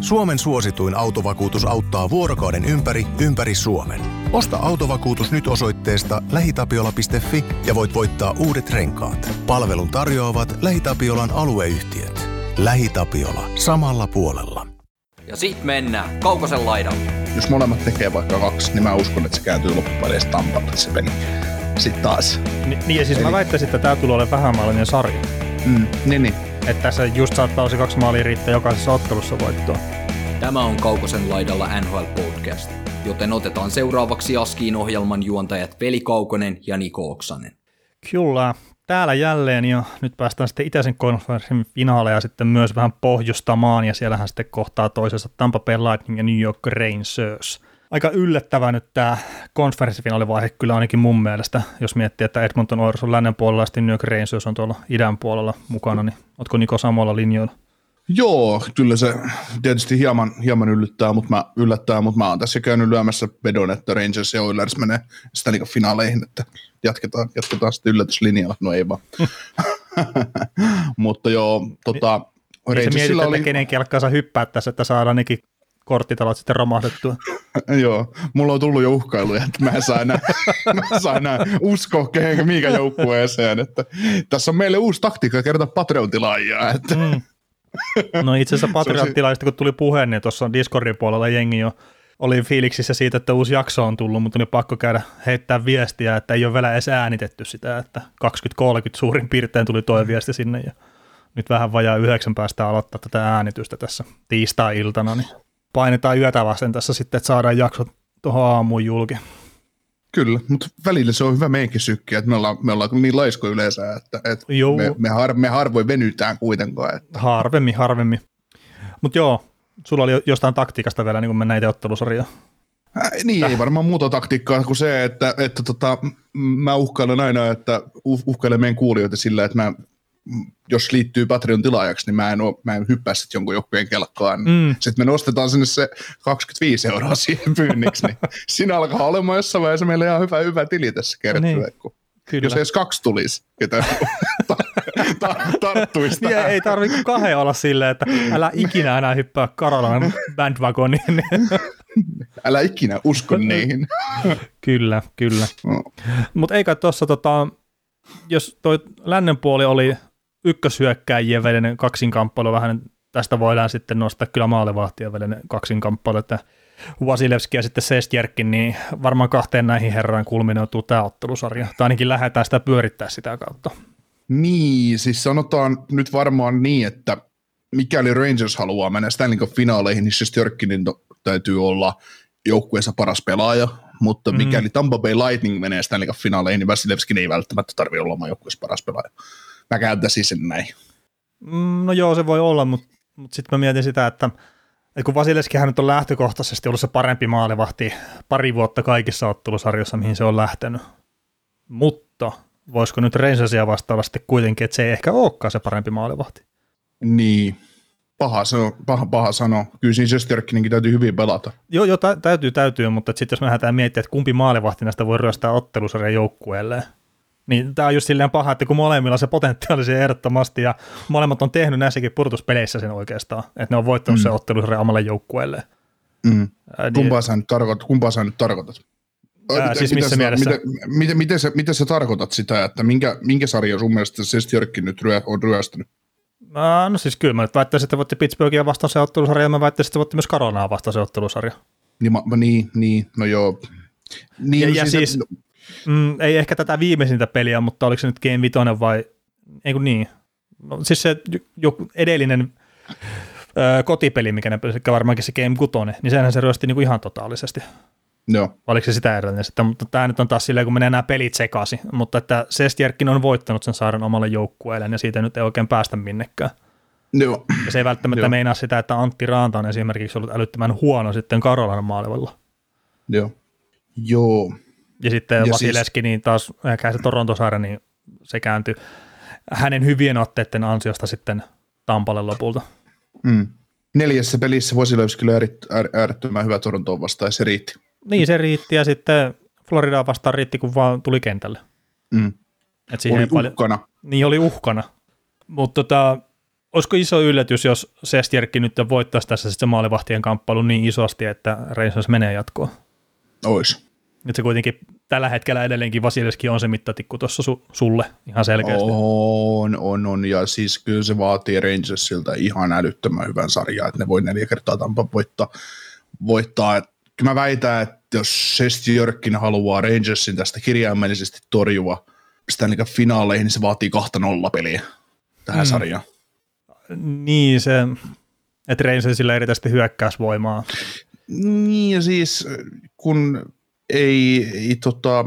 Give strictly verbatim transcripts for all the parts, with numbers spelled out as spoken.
Suomen suosituin autovakuutus auttaa vuorokauden ympäri, ympäri Suomen. Osta autovakuutus nyt osoitteesta lähitapiola piste fi ja voit voittaa uudet renkaat. Palvelun tarjoavat LähiTapiolan alueyhtiöt. LähiTapiola. Samalla puolella. Ja sit mennään Kaukosen laidalle. Jos molemmat tekee vaikka kaksi, niin mä uskon, että se kääntyy loppupeleissä Tampalle se peli. Sitten taas. Ni, niin ja siis Eli... mä väittäisin, että tää tulee olemaan vähänmaalinen sarja. Mm, niin niin. Että tässä just saattaa olla kaksi maalia riittää jokaisessa ottelussa voittoon. Tämä on Kaukosen laidalla N H L Podcast, joten otetaan seuraavaksi Askiin ohjelman juontajat Veli Kaukonen ja Niko Oksanen. Kyllä, täällä jälleen ja nyt päästään sitten itäisen konferenssin finaaleja sitten myös vähän pohjustamaan ja siellähän sitten kohtaa toisensa Tampa Bay Lightning ja New York Rangers. Aika yllättävää nyt tämä konferenssifinaalivaihe kyllä ainakin mun mielestä, jos miettii, että Edmonton Oilers on lännen puolella ja sitten New York Rangers on tuolla idän puolella mukana, niin ootko Niko samalla linjoilla? Joo, kyllä se tietysti hieman, hieman yllättää, mutta mä, yllättää, mutta mä oon tässä käynyt lyömässä vedon, että Rangers ja Oilers menee Stanley Cup-finaaleihin, että jatketaan, jatketaan sitten yllätyslinjalla, no ei vaan. Mutta joo, tota... Niin, niin se mietit, oli... että kenen kelkkaansa hyppää tässä, että saadaan nekin korttitalot sitten romahdettua. Joo, mulla on tullut jo uhkailuja, että mä en saa enää, mä en saa enää uskoa kehen, mihinkä joukkueeseen, että tässä on meille uusi taktiikka kertaa Patreon-tilaajia, että... Mm. No itse asiassa Patreon-tilaajista, kun tuli puheen, niin tuossa Discordin puolella jengi jo oli fiiliksissä siitä, että uusi jakso on tullut, mutta oli pakko käydä heittää viestiä, että ei ole vielä edes äänitetty sitä, että kaksikymmentä kolmekymmentä suurin piirtein tuli toi viesti sinne ja nyt vähän vajaa yhdeksän päästä aloittaa tätä äänitystä tässä tiistai-iltana, niin painetaan yötä vasten tässä sitten, että saadaan jakso tuohon aamuun julki. Kyllä, mutta välillä se on hyvä meidänkin sykkiä, että me ollaan, me ollaan niin laiskoja yleensä, että, että me, me, har, me harvoin venytään kuitenkaan. Että. Harvemmin, harvemmin. Mutta joo, sulla oli jostain taktiikasta vielä, niin kun mennään itse ottelusarjaan. Äh, niin, Täh. ei varmaan muuta taktiikkaa kuin se, että, että tota, mä uhkailen aina, että uh, uhkailen meidän kuulijoita sillä, että mä, jos liittyy Patreon-tilaajaksi, niin mä en, oo, mä en hyppää sitten jonkun joukkueen kelkkaan. Mm. Sitten me nostetaan sinne se kaksikymmentäviisi euroa siihen pyynniksi, niin siinä alkaa olemaan jossain vaiheessa meillä ihan hyvä, hyvä tili tässä kertyä. Niin. Jos edes kaksi tulisi, ketä ta- ta- tarttuisi niin, ei tarvitse kahden olla silleen, että älä ikinä enää hyppää Karolan bandwagoniin. Älä ikinä usko niihin. Kyllä, kyllä. No. Mutta eikä tuossa, tota, jos toi lännen puoli oli ykköshyökkääjien välinen kaksinkamppailu, vähän tästä voidaan sitten nostaa kyllä maalivahtien välinen kaksinkamppailu, että Vasilevski ja sitten Sestjärkin, niin varmaan kahteen näihin herran kulminoituu tämä ottelusarja. Tai ainakin lähdetään sitä pyörittää sitä kautta. Niin, siis sanotaan nyt varmaan niin, että mikäli Rangers haluaa mennä Stanley Cup-finaaleihin, niin Sestjärkinin täytyy olla joukkueensa paras pelaaja, mutta mm. mikäli Tampa Bay Lightning menee Stanley Cup-finaaleihin, niin Vasilevskin ei välttämättä tarvitse olla oman joukkueensa paras pelaaja. Mä kääntäisin sen näin. Mm, no joo, se voi olla, mutta, mutta sitten mä mietin sitä, että Et kun Vasilevskihän nyt on lähtökohtaisesti ollut se parempi maalivahti pari vuotta kaikissa ottelusarjoissa, mihin se on lähtenyt. Mutta voisiko nyt Rangersia vastaava sitten kuitenkin, että se ei ehkä olekaan se parempi maalivahti? Niin, paha sano, paha, paha sano. Kyllä siinä Sestjärkkinenkin täytyy hyvin pelata. Joo, joo täytyy, täytyy, mutta sitten jos me lähdetään miettimään, että kumpi maalivahti näistä voi ryöstää ottelusarjan joukkueelleen, niin tämä on just silleen paha, että kun molemmilla se potentiaali se ehdottomasti, ja molemmat on tehnyt näissäkin pudotuspeleissä sen oikeastaan, että ne on voittanut mm. sen ottelusarjan omalle joukkueelle. Mm. Kumpaa sä nyt tarkoitat? Kumpaa sä nyt tarkoitat? Ää, miten, siis missä sä, mielessä? Miten, miten, miten, sä, miten sä tarkoitat sitä, että minkä, minkä sarjan sun mielestä Sestjärkkin nyt ryö, on ryöstänyt? Ää, no siis kyllä mä nyt väittäisin, että voitte Pittsburghia vastaan se ottelusarja, ja mä väittäisin, että voitte myös Carolinaa vastaan se ottelusarja. Niin, ma, niin, niin, no joo. Niin, ja, no ja siis, siis mm, ei ehkä tätä viimeisintä peliä, mutta oliko se nyt Game Vitoinen vai, ei kun niin. No, siis se joku edellinen ö, kotipeli, mikä ne peli, varmaankin se Game Kutonen, niin senhän se ryösti niinku ihan totaalisesti. Joo. Oliko se sitä edellinen sitten, mutta tämä nyt on taas silleen, kun menee nämä pelit sekaisin, mutta että Sestjärkin on voittanut sen saaren omalle joukkueelle, ja siitä nyt ei oikein päästä minnekään. Joo. Ja se ei välttämättä Joo. meinaa sitä, että Antti Raanta on esimerkiksi ollut älyttömän huono sitten Karolainen maalivalla. Joo. Joo. Ja sitten ja Vasilevski, siis niin taas ehkä se Torontosaari, niin se kääntyi hänen hyvien otteiden ansiosta sitten Tampalle lopulta. Mm. Neljässä pelissä Vasilevski oli äärettömän hyvä Torontoon vastaan, ja se riitti. Niin, se riitti, ja sitten Floridaa vastaan riitti, kun vaan tuli kentälle. Mm. Et siihen oli paljon, uhkana. Niin, oli uhkana. Mutta tota, Olisiko iso yllätys, jos Sestjärkki nyt voittaisi tässä se maalivahtien kamppailu niin isosti, että Rangers menee jatkoon? Ois. Nyt se kuitenkin tällä hetkellä edelleenkin Vasilevski on se mittatikku tuossa su- sulle ihan selkeästi. On, on, on, ja siis kyllä se vaatii Rangersilta ihan älyttömän hyvän sarjaa, että ne voi neljä kertaa Tampa voittaa. voittaa. Kyllä mä väitän, että jos Sestjärkkin haluaa Rangersin tästä kirjaimellisesti torjua Stanley Cup finaaleihin, niin se vaatii kahta nolla peliä tähän mm. sarjaan. Niin, se, että Rangersillä erityisesti hyökkäysvoimaa. Niin, ja siis kun ei, ei tota,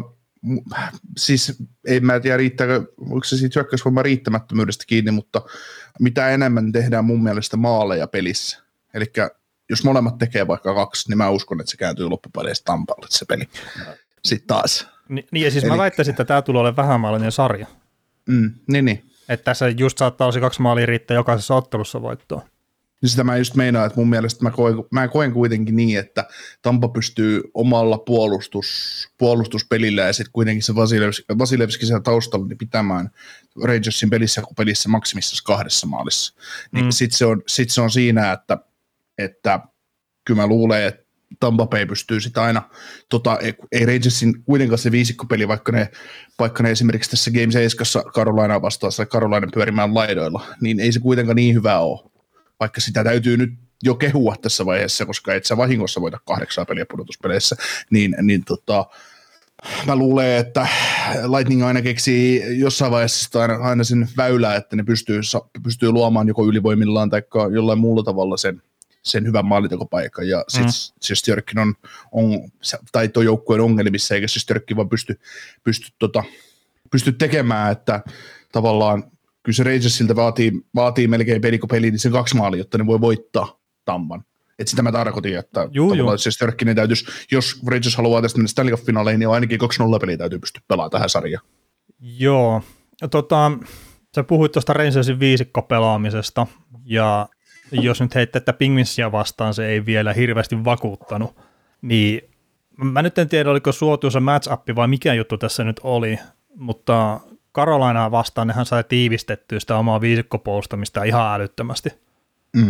siis ei mä tiedä riittääkö, onko se siitä hyökkäysvoimaa riittämättömyydestä kiinni, mutta mitä enemmän tehdään mun mielestä maaleja pelissä. Eli jos molemmat tekee vaikka kaksi, niin mä uskon, että se kääntyy loppupeleissä Tampalle se peli. Sitten taas. Ni, niin ja siis Eli... mä väittäisin, että tämä tulee olemaan vähämaalinen sarja. Mm, niin, niin. Että tässä just saattaa olla kaksi maalia riittää jokaisessa ottelussa voittoon. Sitä mä just meinaan, että mun mielestä mä koen, mä koen kuitenkin niin, että Tampa pystyy omalla puolustus, puolustuspelillä ja sitten kuitenkin se Vasilevski, Vasilevski siellä taustalla niin pitämään Rangersin pelissä kuin pelissä maksimissa kahdessa maalissa. Niin mm. sitten se, sit se on siinä, että, että kyllä mä luulen, että Tampa Bay pystyy sitä aina, tota, ei, ei Rangersin kuitenkaan se viisikkopeli, vaikka ne, vaikka ne esimerkiksi tässä Game seitsemässä Carolinaa vastaan sai Carolina pyörimään laidoilla, niin ei se kuitenkaan niin hyvä ole. Vaikka sitä täytyy nyt jo kehua tässä vaiheessa, koska et sä vahingossa voita kahdeksaa peliä pudotuspeleissä, niin, niin tota, mä luulen, että Lightning aina keksii jossain vaiheessa aina, aina sen väylää, että ne pystyy, pystyy luomaan joko ylivoimillaan tai jollain muulla tavalla sen, sen hyvän maalintekopaikan, ja sitten mm. Sestjärkkin on, on, tai tuo joukkueen ongelmissa, eikä Sestjärkkin vaan pysty, pysty, tota, pysty tekemään, että tavallaan kyllä se Rangersilta vaatii, vaatii melkein pelikopeliin niin sen kaksi maalia, jotta ne voi voittaa Tampan. Että sitä mä tarkoitin, että juu, tavallaan se Sestjärkkinen täytyisi, jos Rangers haluaa tästä mennä Stanley Cup-finaaleihin, niin ainakin kaksi nolla peliä täytyy pystyä pelaamaan tähän sarjaan. Joo, tota, sä puhuit tuosta Rangersin viisikkopelaamisesta, ja jos nyt heittää, että Penguinsia vastaan se ei vielä hirveästi vakuuttanut, niin mä nyt en tiedä, oliko suotuisa match-up vai mikä juttu tässä nyt oli, mutta Carolinaa vastaan nehän sai tiivistettyä sitä omaa viisikkopuolustamista ihan älyttömästi. Mm.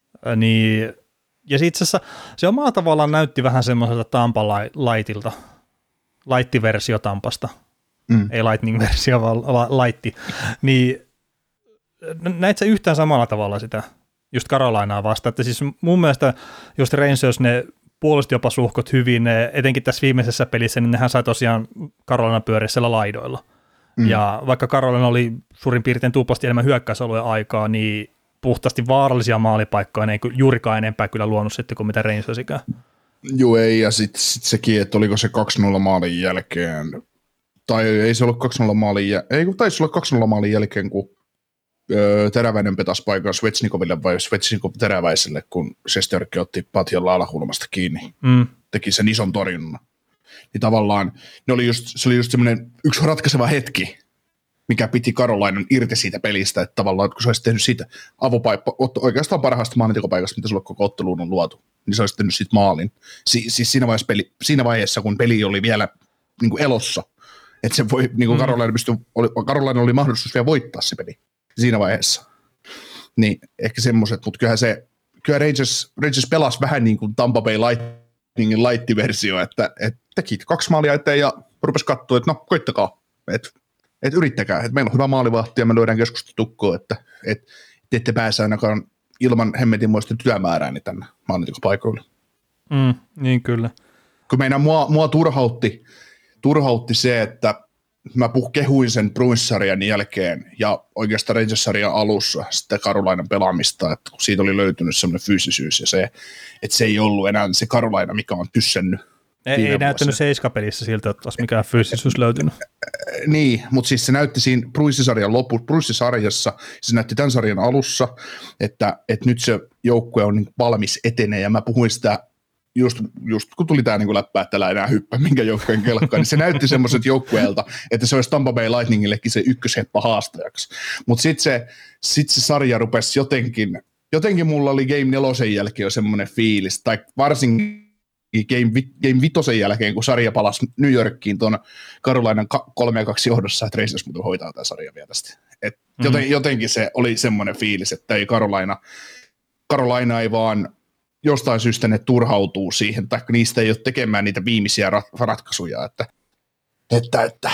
Niin, ja itse asiassa se omalla tavallaan näytti vähän semmoiselta Tampa Lightilta, Light-versio Tampasta, mm. ei Lightning-versio, vaan Light. Niin, näit sä yhtään samalla tavalla sitä just Carolinaa vastaan, että siis mun mielestä just Rangers ne puolusti jopa suhkot hyvin, ne, etenkin tässä viimeisessä pelissä, niin nehän sai tosiaan Carolina pyöriä siellä laidoilla. Mm. Ja vaikka Carolina oli suurin piirtein tuplasti enemmän hyökkäysalueen aikaa, niin puhtaasti vaarallisia maalipaikkoja ne ei juurikaan enempää kyllä luonut sitten kuin mitä Rangersikään. Joo ei, ja sitten sit sekin, että oliko se kaksi nolla maalin jälkeen, tai ei se ollut kaksi nolla maalin jälkeen, ei kun taisi olla kaksi nolla maalin jälkeen, kun öö, Teräväinen petasi paikan Svechnikoville vai Svechnikov Teräväiselle, kun Sestjärkki otti patjalla alakulmasta kiinni, mm. teki sen ison torjunnan. Niin tavallaan ne oli just, se oli just semmoinen yksi ratkaiseva hetki, mikä piti Carolinan irti siitä pelistä, että tavallaan, että kun sä olisit tehnyt siitä avopaikka, oikeastaan parhaasta maalintekopaikasta, mitä sulla koko otteluun on luotu, niin sä olisit tehnyt siitä maalin. Si- siis siinä vaiheessa, peli, siinä vaiheessa, kun peli oli vielä niin kuin elossa, että se voi, niin kuin mm. Carolina, pystyi, oli, Carolina oli mahdollisuus vielä voittaa se peli siinä vaiheessa. Niin ehkä semmoiset, mutta kyllähän se, kyllä Rangers, Rangers pelasi vähän niin kuin Tampa Bay Lightningin light-versio, että, että teki kaksi maalia eteen ja rupesi katsoa, että no koittakaa, että et yrittäkää, että meillä on hyvä maalivahti ja me löydään keskustelutukkoa, että et, te ette pääse ainakaan ilman hemmetinmoista työmäärää niin tänne maalintekopaikoille. Mm, niin kyllä. Kun meidän mua, mua turhautti, turhautti se, että mä puh, kehuin sen Bruins-sarjan jälkeen ja oikeastaan Rangers-sarjan alussa sitä Carolinan pelaamista, että kun siitä oli löytynyt semmoinen fyysisyys ja se, että se ei ollut enää se Carolina, mikä on tyssännyt. Ei, ei näyttänyt seiskapelissä siltä, että olisi mikään fyysisyys löytynyt. Niin, mutta siis se näytti siinä Bruins-sarjan lopussa, Bruins-sarjassa, se näytti tämän sarjan alussa, että, että nyt se joukkue on niin valmis etenee, ja mä puhuin sitä just, just kun tuli tämä niin läppää, että älä enää hyppää minkä joukkueen kelkkaan, niin se näytti semmoiset joukkueelta, että se olisi Tampa Bay Lightningillekin se ykkösheppa haastajaksi. Mutta sitten se, sit se sarja rupesi jotenkin, jotenkin mulla oli Game nelosen jälkeen jo semmoinen fiilis, tai varsinkin Game, game vitosen jälkeen, kun sarja palasi New Yorkiin tuon Carolinan kolme kaksi johdossa, että Rangers muuten hoitaa tämä sarja vielä tästä Et joten, mm. Jotenkin se oli semmoinen fiilis, että ei Carolina, Carolina ei vaan jostain syystä ne turhautuu siihen, tai niistä ei ole tekemään niitä viimeisiä rat- ratkaisuja, että, että, että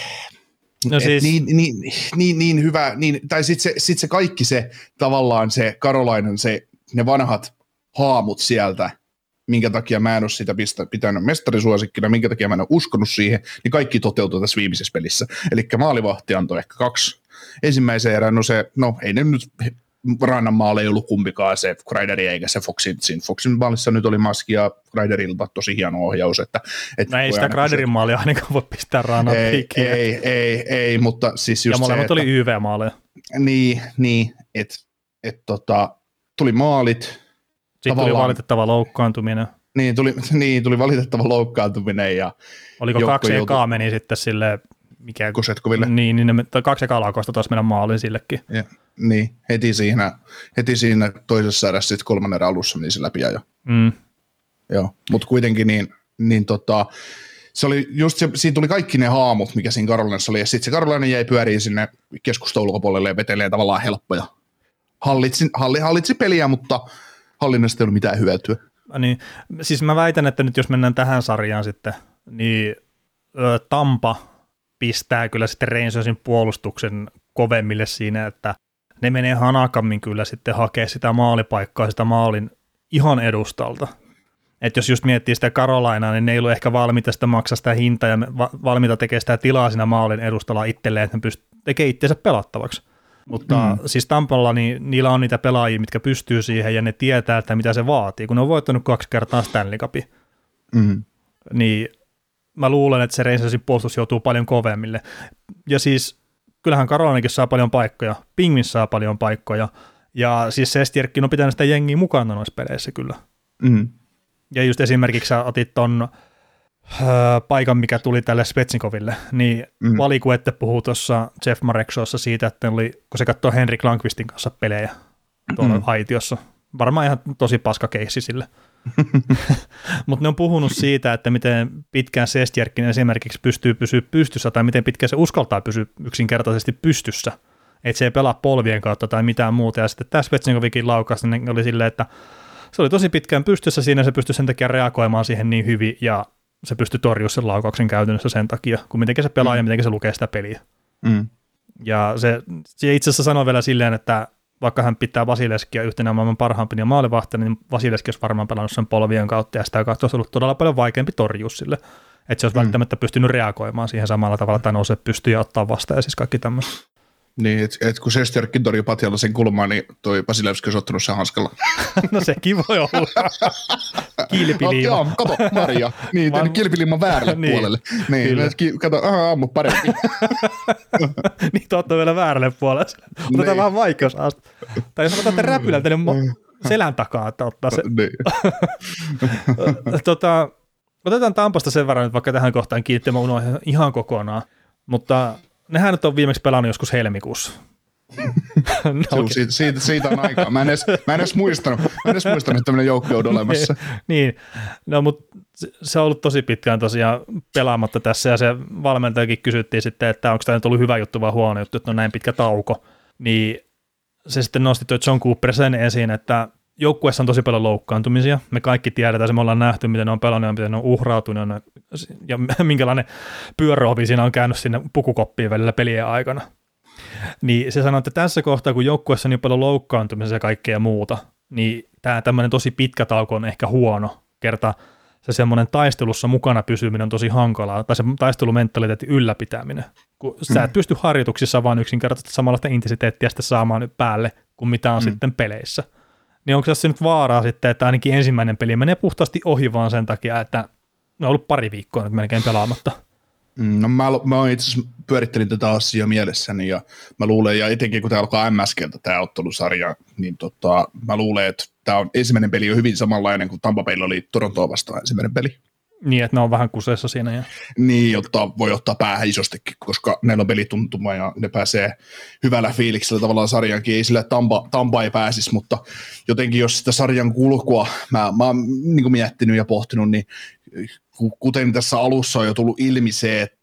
no siis... niin, niin, niin, niin hyvä, niin, tai sitten se, sit se kaikki se tavallaan se Carolinan, se, ne vanhat haamut sieltä, minkä takia mä en ole sitä pitänyt mestarisuosikkina, minkä takia mä en ole uskonut siihen, niin kaikki toteutui tässä viimeisessä pelissä. Eli maalivahti antoi ehkä kaksi ensimmäisen erään, no se, no ei ne nyt, Rannan maali ei ollut kumpikaan se Kreideri eikä se Foxin, siinä Foxin maalissa nyt oli Maski ja Kreiderilta tosi hieno ohjaus. Että, että no ei sitä Kreiderin maalia ainakaan voi pistää Rannan piikkiin. Ei, ei, ei, ei, mutta siis just ja molemmat se, oli Y V-maaleja. Niin, niin että et, tota, tuli maalit. Sitten tuli valitettava loukkaantuminen. Niin tuli, niin, tuli valitettava loukkaantuminen. Ja oliko kaksi joutui... ekaa meni sitten silleen, mikä... Kosetkoville. Niin, niin ne, kaksi ekaa laukoista taas mennä maaliin sillekin. Ja, niin, heti siinä, heti siinä toisessa erässä sitten kolmannen erän alussa meni se läpi ja jo. Mm. Joo, mutta kuitenkin niin, niin tota, se oli just se, siinä tuli kaikki ne haamut, mikä siinä Carolinassa oli, ja sitten se Carolina jäi pyöriin sinne keskustan ulkopuolelle ja vetelee tavallaan helppoja. Hallitsi, halli, hallitsi peliä, mutta hallinnasta ei ollut mitään hyötyä. Niin, siis mä väitän, että nyt jos mennään tähän sarjaan sitten, niin ö, Tampa pistää kyllä sitten Rangersin puolustuksen kovemmille siinä, että ne menee hanakammin kyllä sitten hakea sitä maalipaikkaa sitä maalin ihan edustalta. Että jos just miettii sitä Carolinaa, niin ne ei ollut ehkä valmiita sitä maksaa sitä hintaa ja va- valmiita tekemään sitä tilaa siinä maalin edustalla itselleen, että ne pyst- tekee itseensä pelattavaksi. Mutta mm. siis Tampalla niin niillä on niitä pelaajia, mitkä pystyy siihen ja ne tietää, että mitä se vaatii. Kun ne on voittanut kaksi kertaa Stanley Cupin, mm. niin mä luulen, että se Rangersin puolustus joutuu paljon kovemmille. Ja siis kyllähän Carolinakin saa paljon paikkoja, Pingvins saa paljon paikkoja, ja siis Sestierkin on pitänyt sitä jengiä mukana noissa peleissä kyllä. Mm. Ja just esimerkiksi sä otit ton öö, paikan, mikä tuli tälle Spetsnikoville, niin mm. Valiku, että puhuu tuossa Jeff Mareksossa siitä, että oli, kun se katsoo Henrik Lundqvistin kanssa pelejä tuolla mm. aitiossa, varmaan ihan tosi paska keissi sille. Mutta ne on puhunut siitä, että miten pitkään Sestjärkin esimerkiksi pystyy pysyä pystyssä tai miten pitkään se uskaltaa pysyä yksinkertaisesti pystyssä, että se ei pelaa polvien kautta tai mitään muuta. Ja sitten tämä Spetsnikovikin laukaus niin oli silleen, että se oli tosi pitkään pystyssä siinä, se pystyi sen takia reagoimaan siihen niin hyvin ja se pystyi torjumaan sen laukauksen käytännössä sen takia, kun miten se pelaa mm. ja miten se lukee sitä peliä. Mm. Ja se, se itse asiassa sanoi vielä silleen, että vaikka hän pitää Vasileskia yhtenä maailman parhaampina maalivahtina, niin Vasileski olisi varmaan pelannut sen polvien kautta, ja sitä kautta olisi ollut todella paljon vaikeampi torjua sille. Että se olisi mm. välttämättä pystynyt reagoimaan siihen samalla tavalla, tai nousee pystyy ja ottaa vastaan, ja siis kaikki tämmöistä. Niin, että et kun Sestjärkin torjui patjalla sen kulmaan, niin toi Vasilevski olisi ottanut sen hanskalla. No sekin voi olla. Kilpiliima. Joo, kato, Maria. Niin, Van... kilpiliiman väärälle niin, puolelle. Niin, ki- kato, aha, ammu parempi. Niin, tuotta vielä väärälle puolelle. Otetaan niin. Vähän vaikeusasta. Tai jos otatte räpylältä, niin selän takaa, että ottaa se. Niin. tota, otetaan Tampasta sen verran, että vaikka tähän kohtaan kiinnitti, mä unohdin ihan kokonaan. Mutta nehän nyt on viimeksi pelannut joskus helmikuussa. No, okay. siitä, siitä, siitä on aikaa. Mä en edes, mä en edes muistanut, mä en edes muistanut, että tämmöinen joukko on olemassa. Niin, no mutta se on ollut tosi pitkään tosiaan pelaamatta tässä, ja se valmentajakin kysyttiin sitten, että onko tämä nyt ollut hyvä juttu vai huono juttu, että on näin pitkä tauko. Niin se sitten nosti tuo John Cooper sen esiin, että joukkueessa on tosi paljon loukkaantumisia. Me kaikki tiedetään, me ollaan nähty, miten ne on pelannut ja miten ne on uhrautunut ja minkälainen pyöröovi siinä on käynyt sinne pukukoppiin välillä pelien aikana. Niin se sanoo, että tässä kohtaa, kun joukkueessa on niin paljon loukkaantumisia ja kaikkea muuta, niin tämä tämmöinen tosi pitkä tauko on ehkä huono. Kerta se semmoinen taistelussa mukana pysyminen on tosi hankalaa, tai se taistelumentaliteetin ylläpitäminen. Kun mm. sä et pysty harjoituksissa vaan yksinkertaisesti samanlaista intensiteettiä sitten saamaan päälle kuin mitä on mm. sitten peleissä. Niin onko tässä nyt vaaraa sitten, että ainakin ensimmäinen peli menee puhtaasti ohi vaan sen takia, että ne on ollut pari viikkoa nyt melkein pelaamatta? No mä, mä itse asiassa pyörittelin tätä asiaa mielessäni ja mä luulen, ja etenkin kun tämä alkaa M S G:ltä tämä ottelusarja, niin tota, mä luulen, että tämä on ensimmäinen peli on hyvin samanlainen kuin Tampa Baylla oli Torontoa vastaan ensimmäinen peli. Niin, että ne on vähän kuseessa siinä. Ja... Niin, jotta voi ottaa päähän isostikin, koska neillä on pelituntuma ja ne pääsee hyvällä fiiliksellä tavallaan sarjankin. Ei sillä Tampa, Tampa ei pääsisi, mutta jotenkin jos sitä sarjan kulkua mä, mä oon niin kuin miettinyt ja pohtinut, niin kuten tässä alussa on jo tullut ilmi se, että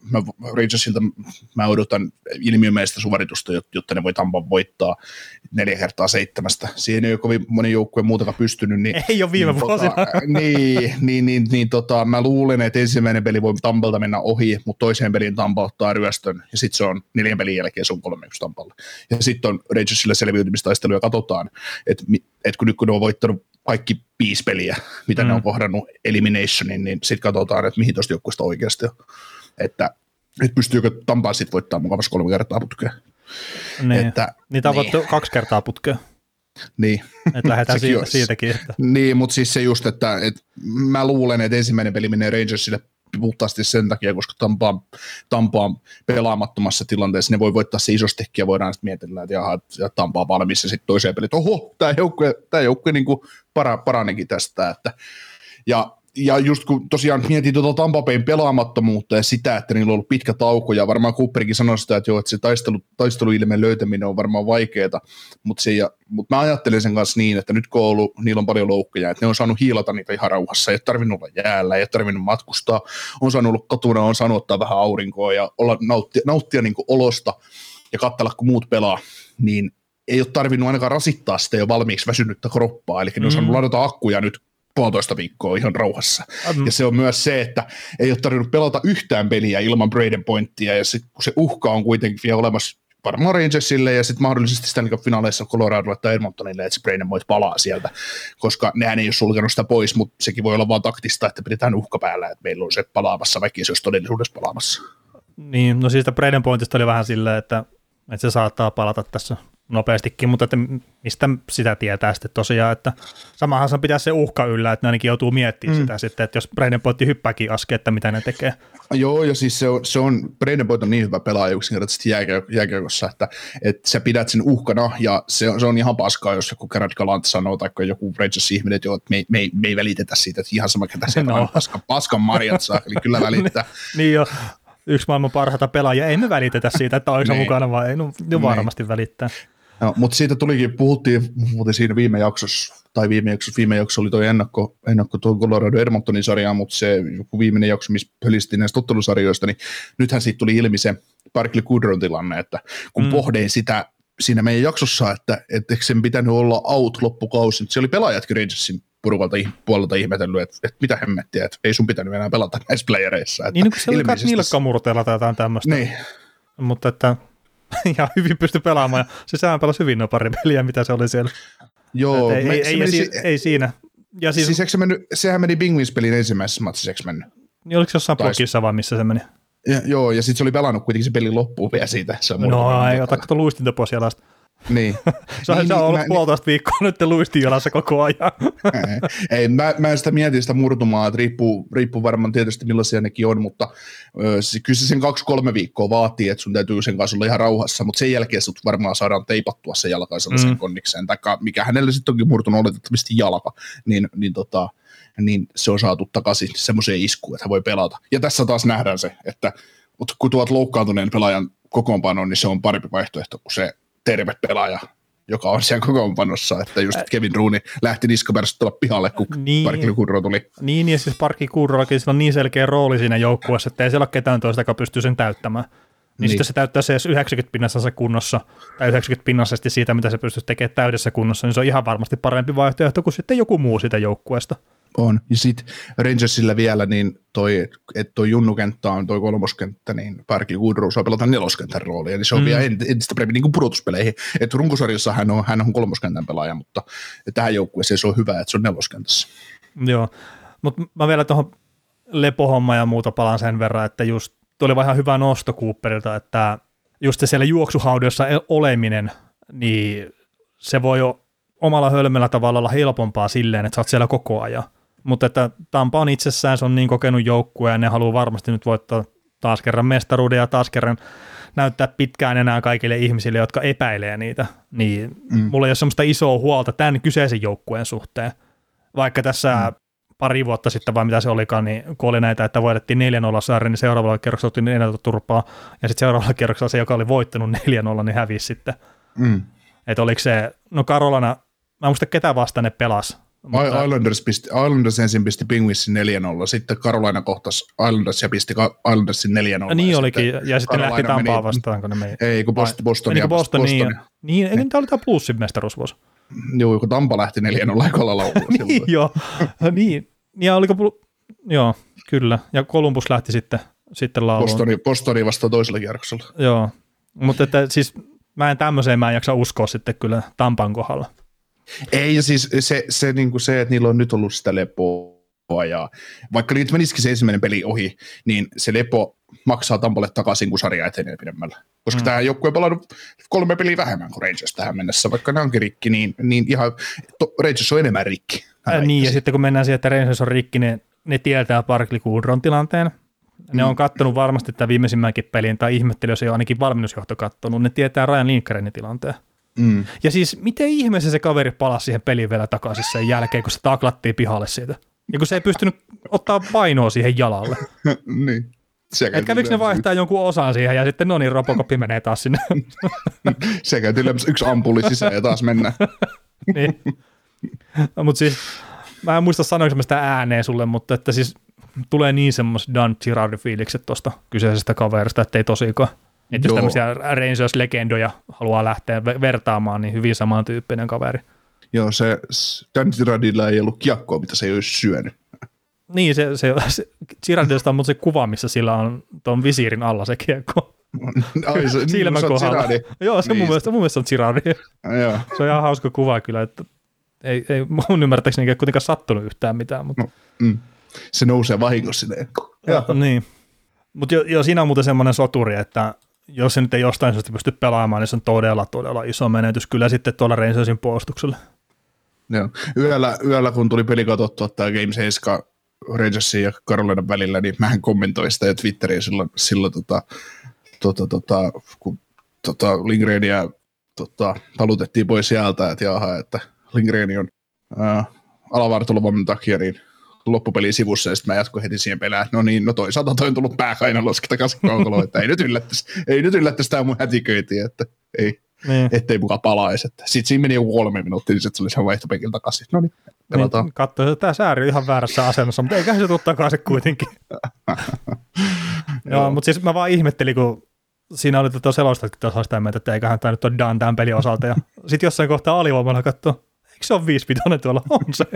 mä Rangersilta mä odotan ilmiömäistä suoritusta, jotta ne voi Tampan voittaa neljä kertaa seitsemästä. Siihen ei ole kovin moni joukkue muutakaan pystynyt. Niin, ei ole viime niin, vuosina. Tota, niin, niin, niin, niin tota, mä luulen, että ensimmäinen peli voi Tampalta mennä ohi, mutta toiseen peliin Tampa ottaa ryöstön, ja sitten se on neljän pelin jälkeen se on kolme yksi Tampalle. Ja sitten on Rangersille selviytymistaistelu, ja katsotaan, että et kun nyt kun ne on voittanut kaikki viisi peliä, mitä mm. ne on kohdannut eliminationin, niin sitten katsotaan, että mihin tuosta joukkueesta oikeasti on. Että, että pystyykö Tampaa sitten voittamaan mukavasti kolme kertaa putkea. Niin, että, niitä on voittu niin. kaksi kertaa putkea. Niin. Että lähdetään siitä, siitäkin. Että. Niin, mutta siis se just, että, että mä luulen, että ensimmäinen peli menee Rangersille puhtaasti sen takia, koska Tampa, Tampa on pelaamattomassa tilanteessa, ne voi voittaa se isostikin ja voidaan sitten mietellä, että jaha, Tampa on valmis ja sitten toiseen peliin, että oho, tämä joukkue, tämä joukkue niin kuin para, paranikin tästä. Että, ja, ja just kun tosiaan mietin tuota Tampa Bayn pelaamattomuutta ja sitä, että niillä on ollut pitkä tauko ja varmaan Cooperikin sanoi sitä, että joo, että se taistelu, taisteluilmeen löytäminen on varmaan vaikeaa, mutta, se, ja, mutta mä ajattelen sen kanssa niin, että nyt kun on ollut, niillä on paljon loukkuja, että ne on saanut hiilata niitä ihan rauhassa, ei ole tarvinnut olla jäällä, ei ole tarvinnut matkustaa, on saanut olla kotuna, on saanut ottaa vähän aurinkoa ja olla, nauttia, nauttia niin kuin olosta ja katsella, kun muut pelaa, niin ei ole tarvinnut ainakaan rasittaa sitä jo valmiiksi väsynyttä kroppaa, eli ne on saanut ladata akkuja nyt puolitoista viikkoa ihan rauhassa. Mm. Ja se on myös se, että ei ole tarvinnut pelata yhtään peliä ilman Braden Pointtia, ja sit, kun se uhka on kuitenkin vielä olemassa varmaan Rangersille, ja sitten mahdollisesti Stanley Cup-finaaleissa Coloradolle tai Edmontonille, että se Braden Point palaa sieltä, koska nehän ei ole sulkenut sitä pois, mutta sekin voi olla vaan taktista, että pidetään uhka päällä, että meillä on se palaamassa, vaikka se olisi todellisuudessa palaamassa. Niin, no siis sitä Braden Pointista oli vähän silleen, että, että se saattaa palata tässä nopeastikin, mutta että mistä sitä tietää sitten tosiaan, että samahan se pitää se uhka yllä, että ne ainakin joutuu miettimään mm. sitä sitten, että jos Braden Point hyppääkin askeet, että mitä ne tekee. Joo, ja siis se on, se on Braden Point on niin hyvä pelaaja yksinkertaisesti jääkiekossa, että, että sä pidät sen uhkana, ja se on, se on ihan paskaa, jos joku Gerard Gallant sanoo, tai joku Rangers-ihminen, että, joo, että me, ei, me, ei, me ei välitetä siitä, että ihan sama ketä se no. paskan, paskan marjat saa, eli kyllä välittää. Niin jo. Yksi maailman parhaita pelaajia, ei me välitetä siitä, että onko mukana, vaan ei no, varmasti välittää. No, mutta siitä tulikin, puhuttiin, puhuttiin siinä viime jaksossa, tai viime jaksossa, viime jakso oli tuo ennakko, ennakko tuo Colorado Edmontonin sarjaa, mutta se joku viimeinen jakso, missä pölistiin näistä ottelusarjoista, niin nythän siitä tuli ilmi se Parkley Goodron tilanne, että kun mm. pohdin sitä siinä meidän jaksossa, että, että sen pitänyt olla out loppukausi, mutta se oli pelaajatkin Rangersin puruvalta puolelta ihmetellyt, että, että mitä hemmettiä, että ei sun pitänyt enää pelata näissä playereissa. Että niin, kun se oli nilkkamurteella tai jotain tämmöistä, niin. Mutta että ihan hyvin pystyi pelaamaan, ja se sehän pelasi hyvin no pari peliä, mitä se oli siellä. Joo. Ei, me, ei, ei, si- ei siinä. Ja siis, siis se mennyt, sehän meni Penguins-pelin ensimmäisessä matsissa, eikö mennyt? Niin oliko se jossain blogissa vai missä se meni? Ja, joo, ja sitten se oli pelannut kuitenkin se pelin loppuun vielä siitä. Se no ei, ota kato luistinta pois jalasta. Niin. se on, niin, se on ollut mä, puolitoista viikkoa nyt luistin jalassa koko ajan. ei, ei mä, mä en sitä mietin sitä murtumaa, että riippuu, riippuu varmaan tietysti millaisia nekin on, mutta ö, se, kyllä se sen kaksi-kolme viikkoa vaatii, että sun täytyy sen kanssa olla ihan rauhassa, mutta sen jälkeen sut varmaan saadaan teipattua se jalka sellaisen mm. konnikseen, taikka mikä hänelle sitten onkin murtunut oletettavasti jalka, niin, niin, tota, niin se on saatu takaisin semmoiseen iskuun, että hän voi pelata. Ja tässä taas nähdään se, että kun tuot loukkaantuneen pelaajan kokoonpanoon, niin se on parempi vaihtoehto kuin se terve pelaaja, joka on siellä kokoonpanossa, että just Kevin Rooney lähti niskapärsyttävä pihalle, kun niin, Parkley Goodrow tuli. Niin, ja siis Parkley Goodrowkin on niin selkeä rooli siinä joukkueessa, että ei siellä ole ketään toista, joka pystyy sen täyttämään. Niin, niin. Sitten se täyttää se edes yhdeksänkymmentä pinnassa kunnossa, tai yhdeksänkymmentä pinnasesti siitä, mitä se pystyisi tekemään täydessä kunnossa, niin se on ihan varmasti parempi vaihtoehto kuin sitten joku muu siitä joukkueesta. On, ja sitten Rangersillä vielä, niin toi, että toi junnukenttä on toi kolmoskenttä, niin Parkley Goodrow saa pelata neloskentän roolia, niin se on mm. vielä entistä paremmin niin kuin pudotuspeleihin. Että runkosarjassa hän on, hän on kolmoskentän pelaaja, mutta tähän joukkueeseen se on hyvä, että se on neloskentässä. Joo, mutta mä vielä tuohon lepohommaan ja muuta palaan sen verran, että just tuli vähän hyvä nosto Cooperilta, että just se siellä juoksuhaudossa oleminen, niin se voi jo omalla hölmöllä tavalla olla helpompaa silleen, että sä oot siellä koko ajan. Mutta että Tampa on itsessään, se on niin kokenut joukkue ja ne haluaa varmasti nyt voittaa taas kerran mestaruuden ja taas kerran näyttää pitkään enää kaikille ihmisille, jotka epäilee niitä. Niin mm. mulla ei ole semmoista isoa huolta tämän kyseisen joukkueen suhteen. Vaikka tässä mm. pari vuotta sitten vai mitä se olikaan, niin kun oli näitä, että voitettiin neljä nolla sarja, niin seuraavalla kierroksella otti neljä turpaa ja sitten seuraavalla kierroksella se, joka oli voittanut neljä nolla, niin hävisi sitten. Mm. Että oliko se, no Carolina, mä en muista ketä vastaan ne pelasi, Mutta... Islanders, pisti, Islanders ensin pisti Penguinsin neljä nolla, sitten Carolina kohtasi Islanders ja pisti Islandersin neljä nolla. Niin ja olikin, sitten ja sitten Carolina lähti Tampaa meni, vastaan, kun ne meni. Ei, kun Boston, Boston, ja Boston, Boston. Niin, niin eikö tämä oli tämä plussin mestaruusvuosi? Joo, kun Tampa lähti neljä nolla ekalla laukulla. Niin, joo, niin. Ja oliko, joo, kyllä. Ja Columbus lähti sitten, sitten lauluun. Bostoni, Bostoni vasta toisella kierroksella. Joo, mutta että siis mä en tämmöiseen mä en jaksa uskoa sitten kyllä Tampan kohdalla. Ei, ja siis se, se, niin kuin se, että niillä on nyt ollut sitä lepoa, ja vaikka niitä menisikin se ensimmäinen peli ohi, niin se lepo maksaa Tampalle takaisin, kun sarja etenee pidemmällä. Koska mm. tämä joukkue on pelannut kolme peliä vähemmän kuin Rangers tähän mennessä, vaikka ne onkin rikki, niin, niin ihan to, Rangers on enemmän rikki. Ää, niin, ja sitten kun mennään siihen, että Rangers on rikki, ne, ne tietää Barclay Goodron tilanteen. Ne mm. on kattonut varmasti tämän viimeisimmänkin pelin, tai ihmettely, jos ei ole ainakin valmennusjohto kattonut, ne tietää Ryan Lindgrenin tilanteen. Mm. Ja siis miten ihmeessä se kaveri palasi siihen peliin vielä takaisin sen jälkeen, kun se taklattiin pihalle siitä. Ja kun se ei pystynyt ottaa painoa siihen jalalle. Niin. Et kävikö ne vaihtaa jonkun osan siihen ja sitten no niin, Robocop menee taas sinne. Se käytiin yleensä yksi ampuli sisään ja taas mennään. Niin. No, mutta siis mä en muista sanoinko mä sitä ääneen sulle, mutta että siis tulee niin semmoiset Dan Girardi-fiilikset tuosta kyseisestä kaverista, että ei tosikaan. Että jos tämmöisiä Rangers-legendoja haluaa lähteä vertaamaan, niin hyvin samantyyppinen kaveri. Joo, se Dan Girardilla ei ollut kiekkoa, mitä se ei olisi syönyt. Niin, se, se, se Girardista on mutta se kuva, missä sillä on tuon visiirin alla se kiekko. Ai, se, silmän niin, kohdalla. Joo, se niin. mun, mielestä, mun mielestä on Girardi. Joo. Se on ihan hauska kuva kyllä, että ei, ei mun ymmärtääkseni ei kuitenkaan sattunut yhtään mitään. Mutta... No, mm. Se nousee vahingossa. Ja, niin. Mutta jo, jo siinä on muuten semmoinen soturi, että jos se nyt ei jostain syystä pysty pelaamaan, niin se on todella, todella iso menetys kyllä sitten tuolla Rangersin puolustuksella. Joo. Yöllä, yöllä, kun tuli peli katsottua tämä Game seitsemän Rangersin ja Carolinan välillä, niin mähän kommentoin sitä jo Twitteriin silloin, silloin tota, tota, tota, kun tota, Lindgrenia tota, talutettiin pois sieltä, että jaha, että Lindgren on ää, alavartalovamman takia niin loppupeliin sivussa, ja sitten mä jatkoin heti siihen pelään, no niin, no toisaalta toi on tullut pääkainaloski takaisin kaukaloon, että ei nyt yllättäisi, ei nyt yllättäisi tämä mun hätiköintiä, että ei, niin. Ettei mukaan palaisi. Sitten siinä meni jo kolme minuuttia, niin sitten se oli sen vaihtopekillä takaisin. No niin, pelataan. Niin, katsoin, että tämä sääri on ihan väärässä asennossa, mutta eiköhän se tule takaisin kuitenkin. Joo, mutta siis mä vaan ihmettelin, kun siinä oli tuota selostakin tuossa sitä mieltä, että eiköhän tämä nyt ole done tämän pelin osalta, ja sitten jossain kohtaa alivoimalla katsoo, eikö se ole viisi pitoinen tuolla? On se.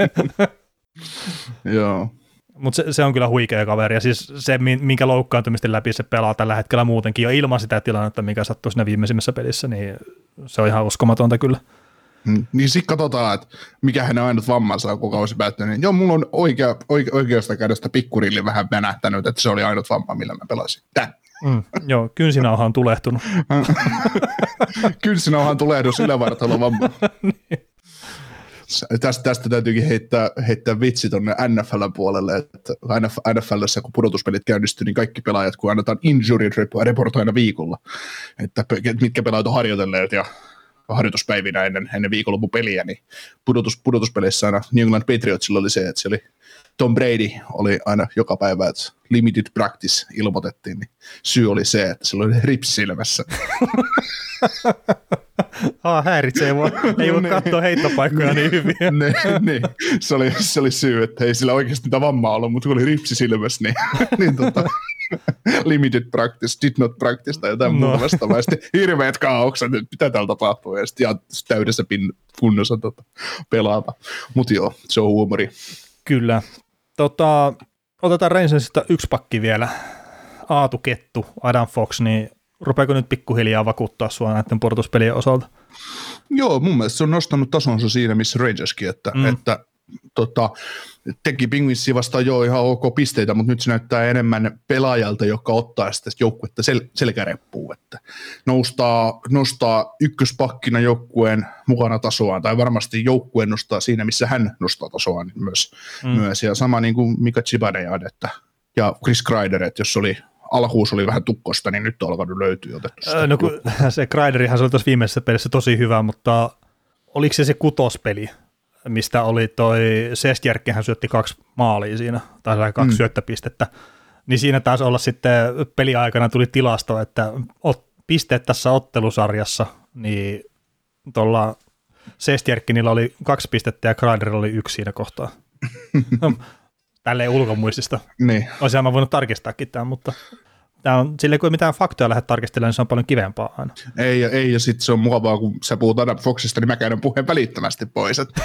Joo. Mutta se, se on kyllä huikea kaveri, ja siis se, minkä loukkaantumisten läpi se pelaa tällä hetkellä muutenkin jo ilman sitä tilannetta, mikä sattuu siinä viimeisimmässä pelissä, niin se on ihan uskomatonta kyllä. Hmm. Niin sitten katsotaan, että mikä hänen ainut vammansa on, kun kausi päättynyt. Niin joo, mulla on oikea, oike, oikeasta kädestä pikkurilli vähän venähtänyt, että se oli ainut vamma, millä mä pelasin. Tää. Mm, joo, kynsinauha on tulehtunut. Kynsinauha on tulehdus ylävartalo vamma. Niin. Tästä, tästä täytyykin heittää, heittää vitsi tuonne N F L-puolelle, että N F L:ssä kun pudotuspelit käynnistyy, niin kaikki pelaajat, kun annetaan injury report aina viikolla, että mitkä pelaajat on harjoitelleet ja harjoituspäivinä ennen, ennen viikonloppupeliä, niin pudotus, pudotuspeleissä aina New England Patriotsilla oli se, että se oli Tom Brady oli aina joka päivä, että limited practice ilmoitettiin, niin syy oli se, että sillä oli rips silmässä. Ah, häiritsee vaan. Ei voi katsoa heittopaikkoja niin hyvin. ne, ne. Se, oli, se oli syy, että ei sillä oikeasti mitä vammaa ollut, mutta kun oli ripsi silmässä, niin, niin tota, limited practice, did not practice tai jotain no. muuta vastaavaa. Sitten hirveät kaaukset, että mitä täällä tapahtuu, ja sitten ihan täydessä pin, kunnossa tota, pelaata. Mutta joo, se on huumori. Kyllä. Tota, otetaan Rangersista yksi pakki vielä. Aatu Kettu, Adam Fox, niin rupeako nyt pikkuhiljaa vakuuttaa sua näiden pudotuspelien osalta? Joo, mun mielestä se on nostanut tasonsa siinä, missä Rangerskin, että, mm. että tota, teki Penguinsia vastaan jo ihan ok pisteitä, mutta nyt se näyttää enemmän pelaajalta, joka ottaa sitä joukkuetta sel- selkäreppuun, että nostaa, nostaa ykköspakkina joukkueen mukana tasoaan, tai varmasti joukkueen nostaa siinä, missä hän nostaa tasoaan myös, mm. myös. Ja sama niin kuin Mika Zibanejad, että ja Chris Kreider, että jos oli alkuus oli vähän tukkosta, niin nyt on alkanut löytyä otettu sitä. No kun se Kreiderihan se oli tuossa viimeisessä pelissä tosi hyvä, mutta oliko se se kutospeli, mistä oli toi Sestjärkkihän syötti kaksi maalia siinä, tai kaksi mm. syöttöpistettä, niin siinä taisi olla sitten peliaikana tuli tilasto, että pisteet tässä ottelusarjassa, niin tuolla Sestjärkkinillä oli kaksi pistettä ja Kreiderilla oli yksi siinä kohtaa. No, tälleen ulkomuistista. Niin. Olisin mä voinut tarkistaakin tämän, mutta tämä on, silleen kun ei mitään faktoja lähde tarkistelemaan, niin se on paljon kivempaa aina. Ei, ei ja sitten se on mukavaa, kun sä puhut aina Foxista, niin mä käyn puheen välittömästi pois. Että.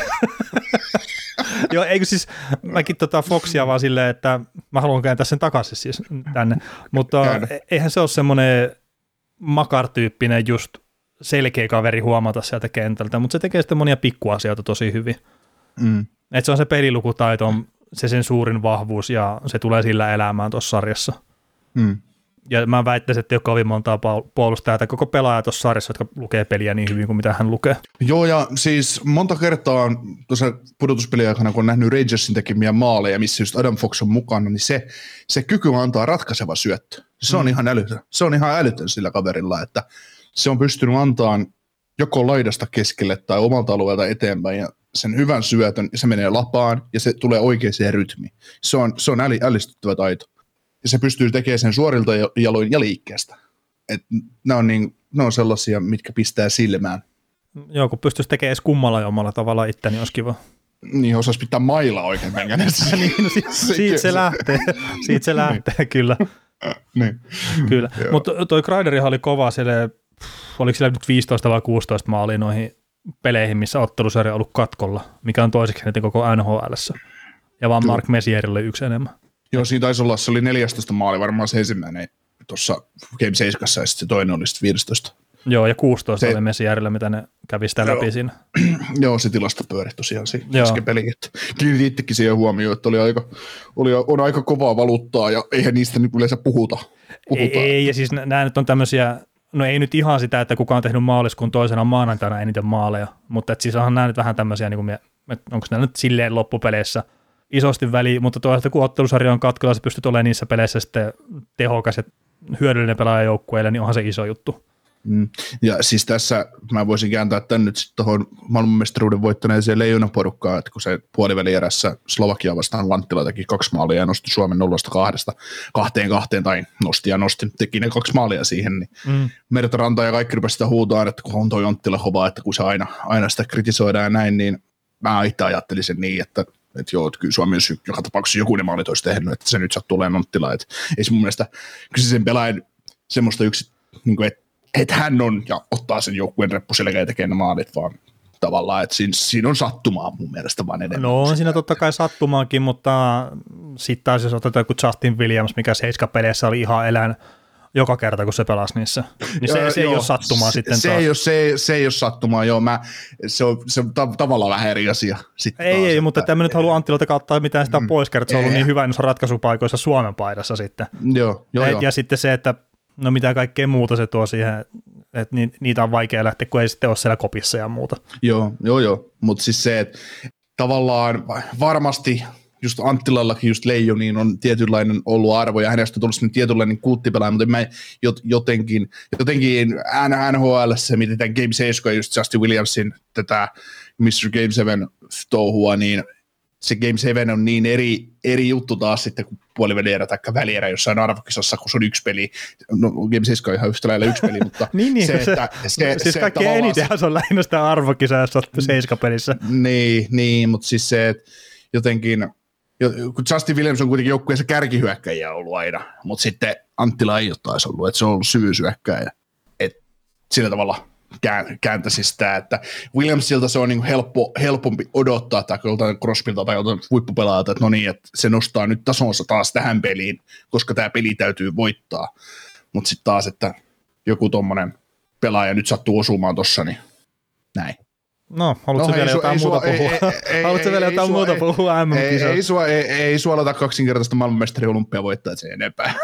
Joo, eikö siis, mäkin tota Foxia vaan silleen, että mä haluan kääntää sen takaisin siis tänne, mutta Käännä. eihän se ole semmoinen Makar-tyyppinen just selkeä kaveri huomata sieltä kentältä, mutta se tekee sitten monia pikkuasioita tosi hyvin. Mm. Että se on se pelilukutaito, on se sen suurin vahvuus ja se tulee sillä elämään tuossa sarjassa. Mm. Ja mä väittäisin, että ei ole kovin montaa puolustajaa tai koko pelaaja tuossa sarjassa, jotka lukee peliä niin hyvin kuin mitä hän lukee. Joo, ja siis monta kertaa tuossa pudotuspelien aikana, kun on nähnyt Rangersin tekemiä maaleja, missä just Adam Fox on mukana, niin se, se kyky antaa ratkaiseva syöttö. Se on mm. ihan älytön. Se on ihan älytön sillä kaverilla, että se on pystynyt antamaan joko laidasta keskelle tai omalta alueelta eteenpäin ja sen hyvän syötön, ja se menee lapaan ja se tulee oikeaan rytmiin. Se on, se on äli, ällistyttävä taito. Ja se pystyy tekemään sen suorilta jaloin ja liikkeestä. Et ne, on niin, ne on sellaisia, mitkä pistää silmään. Joo, kun pystyisi tekemään edes kummalla jommalla tavalla itse, niin olisi kiva. Niin, osaisi pitää mailla oikein mengänessä. niin, no siitä, siitä se lähtee, siitä se lähtee, kyllä. niin. Kyllä, mutta toi Kreiderihan oli kova, siellä, oliko siellä nyt viisitoista vai kuusitoista maalia noihin peleihin, missä ottelusarja on ollut katkolla, mikä on toiseksi eniten koko N H L:ssä. Ja vaan Mark Messierille yksi enemmän. Joo, siinä taisi olla, se oli neljätoista maali, varmaan se ensimmäinen tuossa Game seitsemässä, ja sitten se toinen oli sitten viisitoista. Joo, ja kuusitoista se, oli Messierillä, mitä ne kävi sitä läpi siinä. Joo, se tilasta pyöri tosiaan siinä kesken peliin. Kiinnitin itsekin siihen huomioon, että oli aika, oli, on aika kovaa valuuttaa, ja eihän niistä nyt yleensä puhuta. puhuta. Ei, ei, ja siis nämä nyt on tämmöisiä, no ei nyt ihan sitä, että kuka on tehnyt maaliskuun toisena maanantaina eniten maaleja, mutta et siis onhan nämä nyt vähän tämmöisiä, niin kuin, onko nämä nyt silleen loppupeleissä isosti väliin, mutta toisaalta kun ottelusarja on katkolla, sä pystyt olemaan niissä peleissä sitten tehokas ja hyödyllinen pelaajajoukkueelle, niin onhan se iso juttu. Mm. Ja siis tässä mä voisin kääntää tämän nyt sitten tuohon maailmanmestaruuden voittaneeseen leijonaporukkaan, että kun se puolivälierässä Slovakia vastaan Lanttila teki kaksi maalia ja nosti Suomen nollasta kahdesta kahteen kahteen, tai nosti ja nosti, teki ne kaksi maalia siihen, niin mm. Merta Ranta ja kaikki rupesivat sitä huutaa, että kun on toi Anttila kova, että kun se aina, aina sitä kritisoidaan ja näin, niin mä itse ajattelin sen niin, että että joo, että kyllä Suomi on joka tapauksessa jokunen maalit olisi tehnyt, että se nyt sattuu olemaan Anttila. Että ei se mun mielestä kyse sen pelaajan semmoista yksi, niin kuin, että, että hän on ja ottaa sen joukkueen reppuselkä ja tekee ne maalit, vaan tavallaan, että siinä, siinä on sattumaa mun mielestä vaan enemmän. No on siinä totta kai sattumaakin, mutta sitten taas jos otetaan joku Justin Williams, mikä seiskapeleissä oli ihan elän joka kerta, kun se pelasi niissä. Niin se, se ei ole sattumaa se, sitten se taas. Ei ole, se, se ei ole sattumaa, joo. Mä, se on, se on ta- tavallaan vähän eri asia. Sitten ei, taas, ei, että, mutta en mä nyt halua Anttilalta kauttaa mitään sitä pois, kertaa se on ollut niin hyvä noissa ratkaisupaikoissa Suomen paidassa sitten. Joo, joo, ja, joo. Ja sitten se, että no mitä kaikkea muuta se tuo siihen, että ni, niitä on vaikea lähteä, kun ei sitten ole siellä kopissa ja muuta. Joo, joo, joo. Mutta siis se, että tavallaan varmasti just Anttilallakin just Leijoniin on tietynlainen ollut arvo, ja hänestä on tullut sellainen tietynlainen kulttipelaaja, mutta mä jotenkin, jotenkin N H L:ssä mietitään Game seitsemän just Justin Williamsin tätä mister Game seitsemän touhua, niin se Game seitsemän on niin eri, eri juttu taas sitten kuin puolivälierä tai välierä jossain arvokisassa, kun se on yksi peli. No Game seitsemän on ihan yhtä lailla yksi peli, mutta niin, niin, se, se, että, se, siis se kaikki enitenhän se on lähinnä sitä arvokisaa, jos olet seiskapelissä. Niin, niin, mutta siis se, että jotenkin kun Justin Williams on kuitenkin joukkueessa kärkihyökkäjiä ollut aina, mutta sitten Anttila ei ole taas ollut, että se on ollut syvyysyökkäjä. Että sillä tavalla kääntäisi sitä, että Williamsilta se on niin helppo, helpompi odottaa, tai joltain Crosbylta tai joltain huippupelaajalta, että no niin, että se nostaa nyt tasonsa taas tähän peliin, koska tämä peli täytyy voittaa. Mutta sitten taas, että joku tommonen pelaaja nyt sattuu osumaan tossa, niin näin. No, haluatko no, vielä ei, jotain ei, muuta ei, puhua? Ei, haluatko vielä jotain muuta ei, puhua M M-kisoista? Ei, ei, sua, ei, ei suolata kaksinkertaista maailmanmestari olympia voittaa, että se enempää.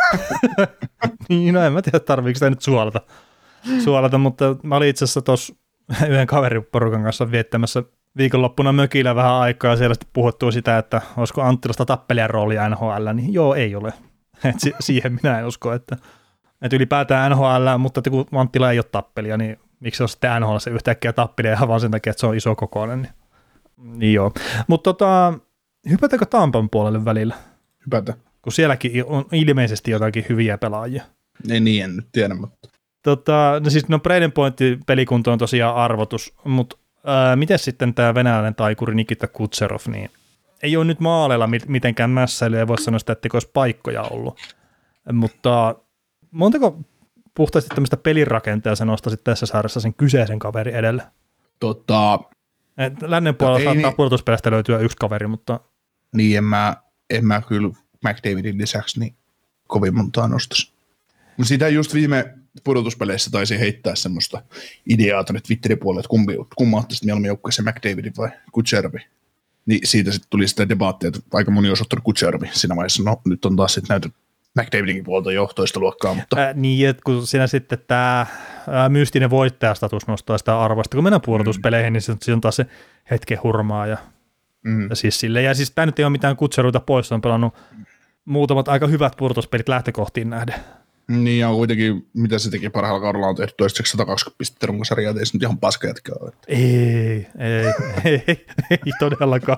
niin, no en mä tiedä, tarviiko sitä nyt suolata. suolata, mutta mä olin itse asiassa tuossa yhden kaveriporukan kanssa viettämässä viikonloppuna mökillä vähän aikaa, ja siellä sitten puhuttua sitä, että olisiko Anttilasta tappelijan rooli N H L, niin joo, ei ole. Et siihen minä en usko, että, että ylipäätään N H L, mutta että kun Anttila ei ole tappelija, niin miksi se on sitten N H L se yhtäkkiä tappelija ihan vaan sen takia, että se on iso kokoinen. Niin, niin joo. Mutta tota, hypätäänkö Tampan puolelle välillä? Hypätä. Kun sielläkin on ilmeisesti jotakin hyviä pelaajia. Ei niin, en nyt tiedä, mutta. Tota, no siis no Braden Pointin pelikunto on tosiaan arvotus, mutta Öö, miten sitten tämä venäläinen taikuri Nikita Kucherov, niin ei ole nyt maaleilla mitenkään mässäily, ei voi sanoa sitä, että olisi paikkoja ollut. Mutta montako puhtaasti tämmöistä pelirakenteja sä nostaisit tässä sarjassa sen kyseisen kaverin edelle? Tota, Et lännen puolella no, saattaa niin, pudotuspeleistä löytyä yksi kaveri, mutta... Niin, en mä, en mä kyllä McDavidin lisäksi niin kovin montaa nostaisi. Sitä just viime pudotuspeleissä taisi heittää semmoista ideaa tuonne Twitterin puolelle, että kumpi, kumma ottaisi mieluummin joukkueeseen McDavidin vai Kucherovi. Niin siitä sitten tuli sitä debaattia, että aika moni olisi ottanut Kucherovi siinä vaiheessa. No nyt on taas sitten näytetty McDavidinkin puolta jo toista luokkaa. Mutta... Äh, niin, että kun siinä sitten tämä mystinen voittajastatus nostaa sitä arvosta, kun mennään pudotuspeleihin, mm. niin siinä on taas se hetken hurmaa. Ja, mm. ja siis sille. Ja siis tämä nyt ei ole mitään Kucherovita pois, se on pelannut muutamat aika hyvät pudotuspelit lähtökohtiin nähden. Niin ja kuitenkin, mitä se teki parhaalla kaudella, on tehty toistaiseksi sata kaksikymmentä pistettä runkosarjaa, ei se nyt ihan paska jätkää ole. Ei, ei, ei, ei todellakaan.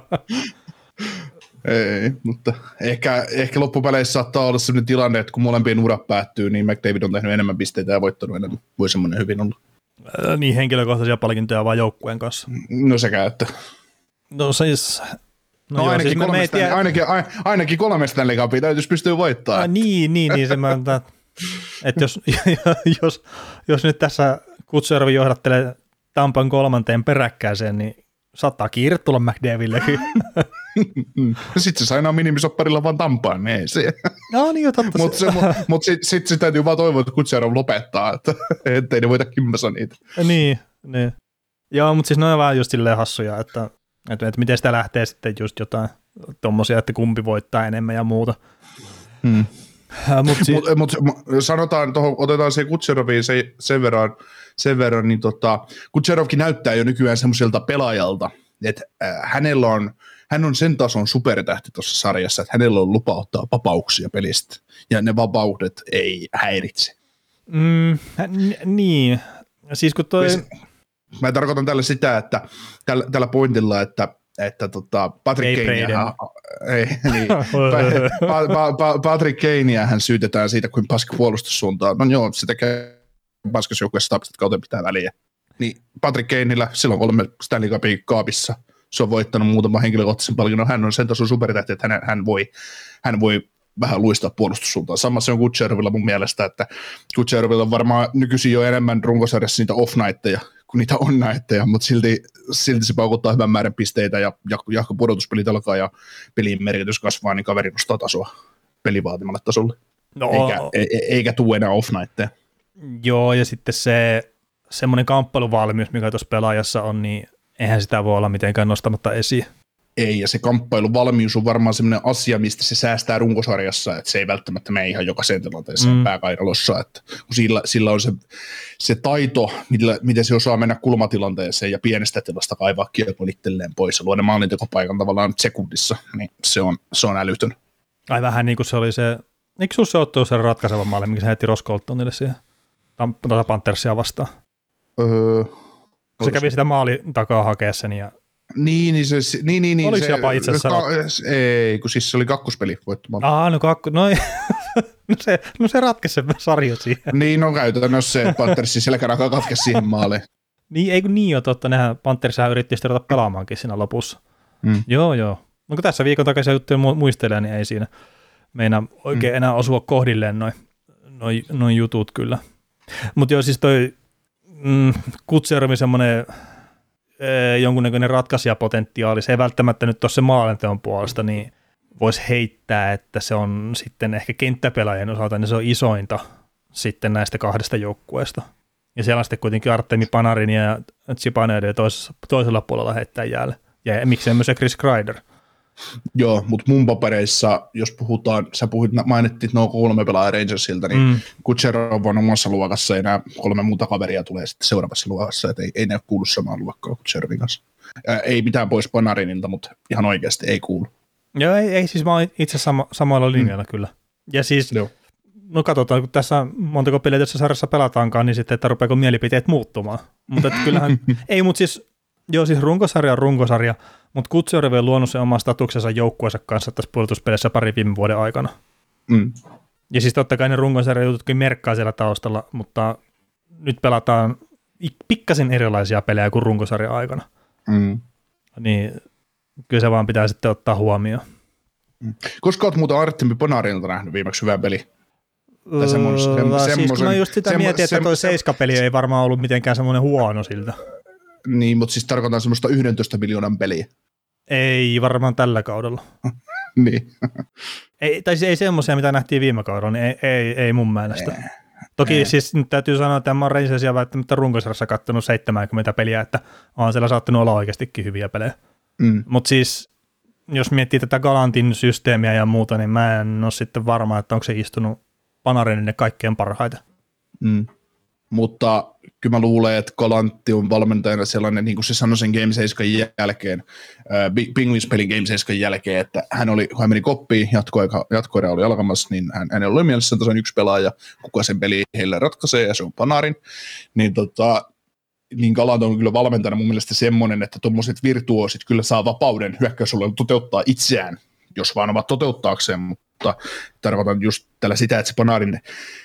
Ei, mutta ehkä, ehkä loppupeleissä saattaa olla sellainen tilanne, että kun molempien urat päättyy, niin McDavid on tehnyt enemmän pisteitä ja voittanut enemmän. Voi semmoinen hyvin olla. Äh, niin henkilökohtaisia palkintoja vaan joukkueen kanssa. No sekä, että... No siis... No, no joo, ainakin, siis kolmesta, tiedä... ainakin, ainakin kolmesta Stanley Cupia täytyisi pystyä voittamaan. Ah, niin, niin, niin se mä... Että jos, jos, jos nyt tässä Kutserovi johdattelee Tampan kolmanteen peräkkäiseen, niin saattaa kiire tulla McDavidillekin. Sitten se sai aina minimisopparilla vaan Tampaan, niin ei se. No niin, totta. Mutta se, mut sitten sit, sit täytyy vaan toivoa, että Kutserov lopettaa, että ettei ne voita kimmassa niitä. Niin, niin. Joo, mutta siis ne on vähän just silleen hassuja, että, että, että miten sitä lähtee sitten just jotain tommosia, että kumpi voittaa enemmän ja muuta. Hmm. Mutta si- mut, mut, sanotaan, tohon, otetaan se Kutseroviin se, sen verran, sen verran niin tota, Kutserovkin näyttää jo nykyään semmoiselta pelaajalta, että äh, hänellä on, hän on sen tason supertähti tuossa sarjassa, että hänellä on lupa ottaa vapauksia pelistä, ja ne vapaudet ei häiritse. Mm, n- niin, siis kun toi... Mä tarkoitan tällä sitä, että tällä, tällä pointilla, että että tota, Patrick Kaneä, ei, niin, pa, pa, pa, Patrick Kaneä hän syytetään siitä, kuin paska puolustussuuntaan. No joo, se tekee paskassa joukkueessa tapista kautta pitää väliä. Niin Patrick Kaneillä, silloin kolme Stanley Cupia kaapissa, se on voittanut muutaman henkilökohtaisen palkinnon. Hän on sen tason supertähti, että hän, hän, voi, hän voi vähän luistaa puolustussuuntaan. Sama se on Kutserovilla mun mielestä, että Kutserovilla on varmaan nykyisin jo enemmän runkosarjassa niitä off-nightteja, kun niitä on näyttejä, mutta silti, silti se paukuttaa hyvän määrän pisteitä ja jahka pudotuspelit alkaa ja pelin merkitys kasvaa, niin kaveri nostaa tasoa pelivaatimalle tasolle. No, eikä, e, eikä tule enää off-nightteja. Joo, ja sitten se semmoinen kamppailuvalmius, mikä tuossa pelaajassa on, niin eihän sitä voi olla mitenkään nostamatta esiin. Ei, ja se kamppailuvalmius on varmaan semmoinen asia, mistä se säästää runkosarjassa, että se ei välttämättä mene ihan jokaiseen tilanteeseen mm. pääkairalossa, että kun sillä, sillä on se, se taito, millä, miten se osaa mennä kulmatilanteeseen ja pienestä tilasta kaivaa kiekon itselleen pois ja luoda maalintekopaikan tavallaan sekunnissa, niin se on, se on älytön. Ai vähän niin kuin se oli se, eikö sinussa se ottelu se ratkaiseva maali, mikä se heitti Ross Coltonille siihen Panthersia vastaan? Öö, se kävi sitä maali takaa hakea sen ja Niin, niin se... Niin, niin, niin, oliko se jopa itse asiassa? Ka, ei, kun siis se oli kakkospeli voittamalla. Aa, no kakko... No, no, se, no se ratkesi se sarjo siihen. Niin, no käytännössä se, että Panthersin selkärakaa katkesi siihen maaliin. Niin, ei kun niin jo totta, nehän Panthersia yritti sitten ruveta pelaamaankin siinä lopussa. Mm. Joo, joo. No kun tässä viikon takaisin juttuja muistelee, niin ei siinä meinaa oikein mm. enää osua kohdilleen noin noi, noi jutut kyllä. Mutta joo, siis toi mm, Kutserovin semmoinen jonkunnäköinen ratkaisijapotentiaali, se ei välttämättä nyt ole se maalinteon puolesta, niin voisi heittää, että se on sitten ehkä kenttäpelaajien osalta, niin se on isointa sitten näistä kahdesta joukkueesta. Ja siellä on sitten kuitenkin Artemi Panarin ja Zibanejad toisella, toisella puolella heittää jäälle. Ja miksei myös se Chris Kreider. Joo, mutta mun papereissa, jos puhutaan, sä puhuit, mainittiin, että ne on kolme pelaajaa Rangersilta, niin mm. Kutserov on omassa luokassa ja nämä kolme muuta kaveria tulee sitten seuraavassa luokassa, että ei, ei ne ole kuulu samaan luokkaan Kutserovin kanssa. Ää, ei mitään pois Panarinilta, mutta ihan oikeasti ei kuulu. Joo, ei, ei siis mä oon itse sama, samoilla linjoilla mm. kyllä. Ja siis, Joo. no katsotaan, kun tässä montako peliä tässä sarjassa pelataankaan, niin sitten, että rupeako mielipiteet muuttumaan. Mutta kyllähän, ei, mutta siis, joo, siis runkosarja on runkosarja, mutta Kutserov on luonut sen oman statuksensa joukkueensa kanssa tässä puolustuspelissä pari viime vuoden aikana. Mm. Ja siis totta kai ne runkosarjajututkin merkkaa siellä taustalla, mutta nyt pelataan pikkasen erilaisia pelejä kuin runkosarjan aikana. Mm. Niin kyllä se vaan pitää sitten ottaa huomioon. Mm. Koska olet muuta Artemi Panarinilta nähnyt viimeksi hyvää peli? Öö, semmosen, siis kun mä just sitä semmo, mietin, että toi seiskapeli ei varmaan ollut mitenkään semmoinen huono siltä. Niin, mutta siis tarkoitan semmoista yhdentoista miljoonan peliä. Ei varmaan tällä kaudella. Niin. Ei, tai siis ei semmoisia, mitä nähtiin viime kaudella, niin ei, ei, ei mun mielestä. Ee, Toki ee. siis nyt täytyy sanoa, että en mä oon Rangersia välttämättä runkosarjassa kattonut seitsemänkymmentä peliä, että on siellä saattanut olla oikeastikin hyviä pelejä. Mm. Mutta siis, jos miettii tätä Galantin systeemiä ja muuta, niin mä en ole sitten varma, että onko se istunut Panarinille kaikkein parhaita. Mm. Mutta kyllä mä luulen, että Galantti on valmentajana sellainen, niin kuin se sanoi sen Game seitsemän jälkeen, äh, Penguins-pelin Game seitsemän jälkeen, että hän, oli, kun hän meni koppiin, jatkoerä oli alkamassa, niin hän, hänellä oli mielessä tosiaan yksi pelaaja, kuka sen peli heille ratkaisee, ja se on Panarin. Niin, tota, niin Galant on kyllä valmentajana mun mielestä semmoinen, että tuommoiset virtuoosit kyllä saa vapauden hyökkäysalueella toteuttaa itseään, jos vaan ovat toteuttaakseen, mutta tarkoitan just tällä sitä, että se Panarin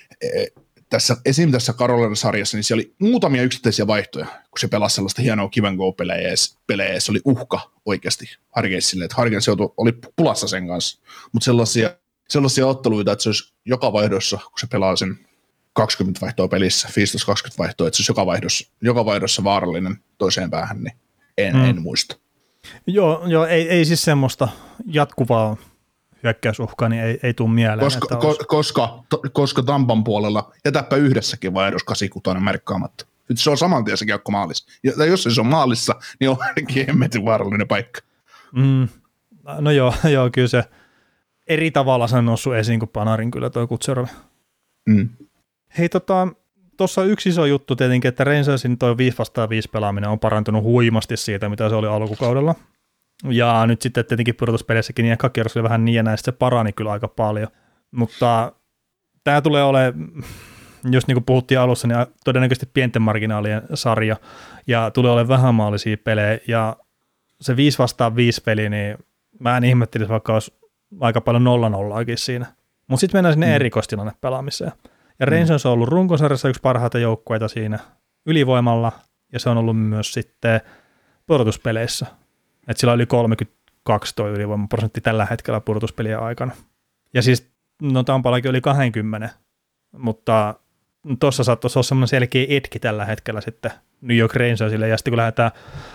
tässä, esim. Tässä Carolina-sarjassa, niin siellä oli muutamia yksittäisiä vaihtoja, kun se pelasi sellaista hienoa give and go-pelejä, ja se oli uhka oikeasti Hargeisille, että Hargeis oli pulassa sen kanssa, mutta sellaisia, sellaisia otteluita, että se olisi joka vaihdossa, kun se pelaa sen kaksikymmentä vaihtoa pelissä, viisitoista kaksikymmentä vaihtoa, että se olisi joka vaihdossa, joka vaihdossa vaarallinen toiseen päähän, niin en, mm. en muista. Joo, joo ei, ei siis semmoista jatkuvaa hyökkäysuhkaa, niin ei, ei tule mieleen. Koska, ko, koska, to, koska Tampan puolella jätäpä yhdessäkin vaihdos kahdeksankymmentä merkkaamatta. Nyt se on saman tien se kiekko maalissa. Ja jos se on maalissa, niin on ainakin hemmetin vaarallinen paikka. Mm. No joo, joo, kyllä se eri tavalla se on noussut esiin kuin Panarin kyllä toi Kutserov. Mm. Hei, tota, tuossa yksi iso juttu tietenkin, että Rangersin toi viisi vastaan viisi pelaaminen on parantunut huimasti siitä, mitä se oli alkukaudella. Ja nyt sitten tietenkin pudotuspeleissäkin niin eka kierros oli vähän niin ja näin, se parani kyllä aika paljon. Mutta tämä tulee olemaan, jos niin kuin puhuttiin alussa, niin todennäköisesti pienten marginaalien sarja ja tulee olemaan vähänmaallisia pelejä. Ja se viisi vastaan viisi peli, niin mä en ihmettelisi, vaikka olisi aika paljon nolla nollaakin siinä. Mutta sitten mennään sinne mm. erikoistilanne pelaamiseen. Ja Rangers on ollut runkosarjassa yksi parhaita joukkueita siinä ylivoimalla, ja se on ollut myös sitten pudotuspeleissä. Että sillä oli kolmekymmentäkaksi tuo ylivoimaprosentti tällä hetkellä pudotuspelien aikana. Ja siis, no Tampallakin oli kaksikymmentä, mutta tuossa saattaisi olla semmoinen selkeä etki tällä hetkellä sitten New York Rangersille, ja sitten kun lähdetään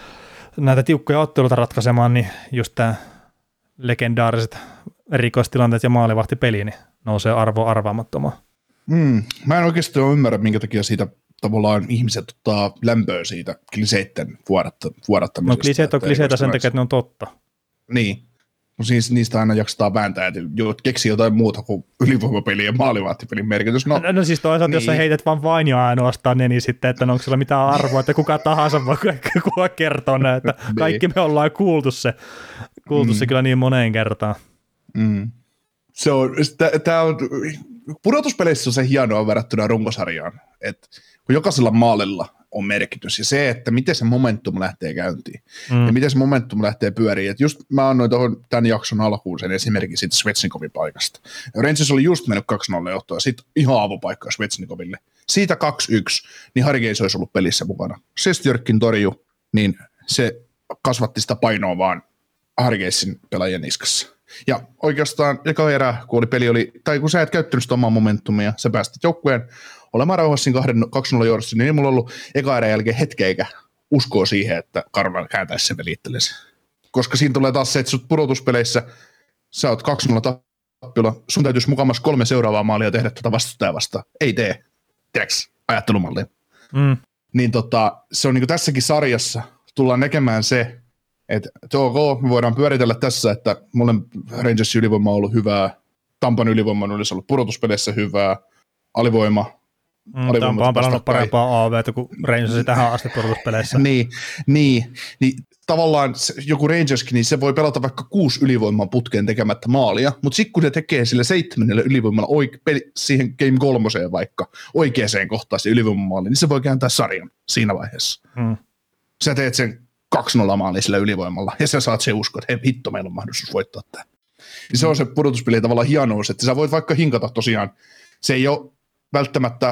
näitä tiukkoja otteluita ratkaisemaan, niin just tämä legendaariset erikoistilanteet ja maalivahtipeli, niin nousee arvo arvaamattomaan. Mm, mä en oikeasti ole ymmärrä, minkä takia siitä tavallaan ihmiset ottaa lämpöä siitä kliseitten vuodattamisesta. No kliseet on kliseitä sen takia, että ne on totta. Niin. No siis niistä aina jaksetaan vääntää, että keksii jotain muuta kuin ylivoimapeli ja maalivahtipelin merkitys. No, no, no siis toisaalta, niin. Jos sä heität vaan vain ja ainoastaan ne, niin sitten, että no, onko sillä mitään arvoa, että kuka tahansa voi kertoa näin, että niin. Kaikki me ollaan kuultu se, kuultu mm. se kyllä niin moneen kertaan. Mm. Se on, tää on, pudotuspeleissä on se hienoa verrattuna runkosarjaan, että kun jokaisella maalilla on merkitys, ja se, että miten se momentum lähtee käyntiin, mm. ja miten se momentum lähtee pyöriin. Että just mä annoin tuohon tämän jakson alkuun sen esimerkin siitä Svechnikovin paikasta. Rangers oli just mennyt kaksi nolla johtoa, sitten ihan avopaikkaa Svechnikoville. Siitä kaksi yksi, niin Hargeis olisi ollut pelissä mukana. Sestjörkin torju, niin se kasvatti sitä painoa vaan Hargeisin pelaajien niskassa. Ja oikeastaan eka erä, kun oli peli oli, tai kun sä et käyttänyt sitä omaa momentumia, sä päästit joukkueen olemaan rauhassa siinä kaksi nolla johdossa, niin ei mulla ollut eka erän jälkeen hetkeäkä uskoa siihen, että Carolina kääntäisi sen peli itsellesi. Koska siinä tulee taas se, että sut pudotuspeleissä sä oot kaksi nolla tappiolla, sun täytyisi mukamassa kolme seuraavaa maalia tehdä tätä vastustajaa vastaan. Ei tee. Tiedäks? Ajattelumallia. Mm. Niin tota, se on niin kuin tässäkin sarjassa tullaan näkemään se, että ok, me voidaan pyöritellä tässä, että mulle Rangersin ylivoima on ollut hyvää, Tampan ylivoima on ollut pudotuspeleissä hyvää, alivoima. Mm, Tampa on pelannut parempaa A V:tä kuin Rangersin tähän asti pudotuspeleissä. niin, niin, niin tavallaan joku Rangerskin, niin se voi pelata vaikka kuusi ylivoimaa putkeen tekemättä maalia, mutta sitten kun ne tekee sille seitsemännellä ylivoimalla oike- peli, siihen game kolmoseen vaikka oikeaan kohtaan se ylivoimamaali, niin se voi kääntää sarjan siinä vaiheessa. Mm. Sä teet sen kaksi nolla maalia sillä ylivoimalla, ja sä saat se usko, että hei hitto, meillä on mahdollisuus voittaa tämä. Mm. Se on se pudotuspeli tavallaan hienous, että sä voit vaikka hinkata tosiaan, se ei ole välttämättä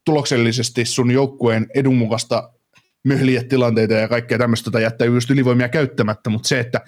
tuloksellisesti sun joukkueen edun mukaista möhliä tilanteita ja kaikkea tämmöistä tai jättää just ylivoimia käyttämättä, mutta se, että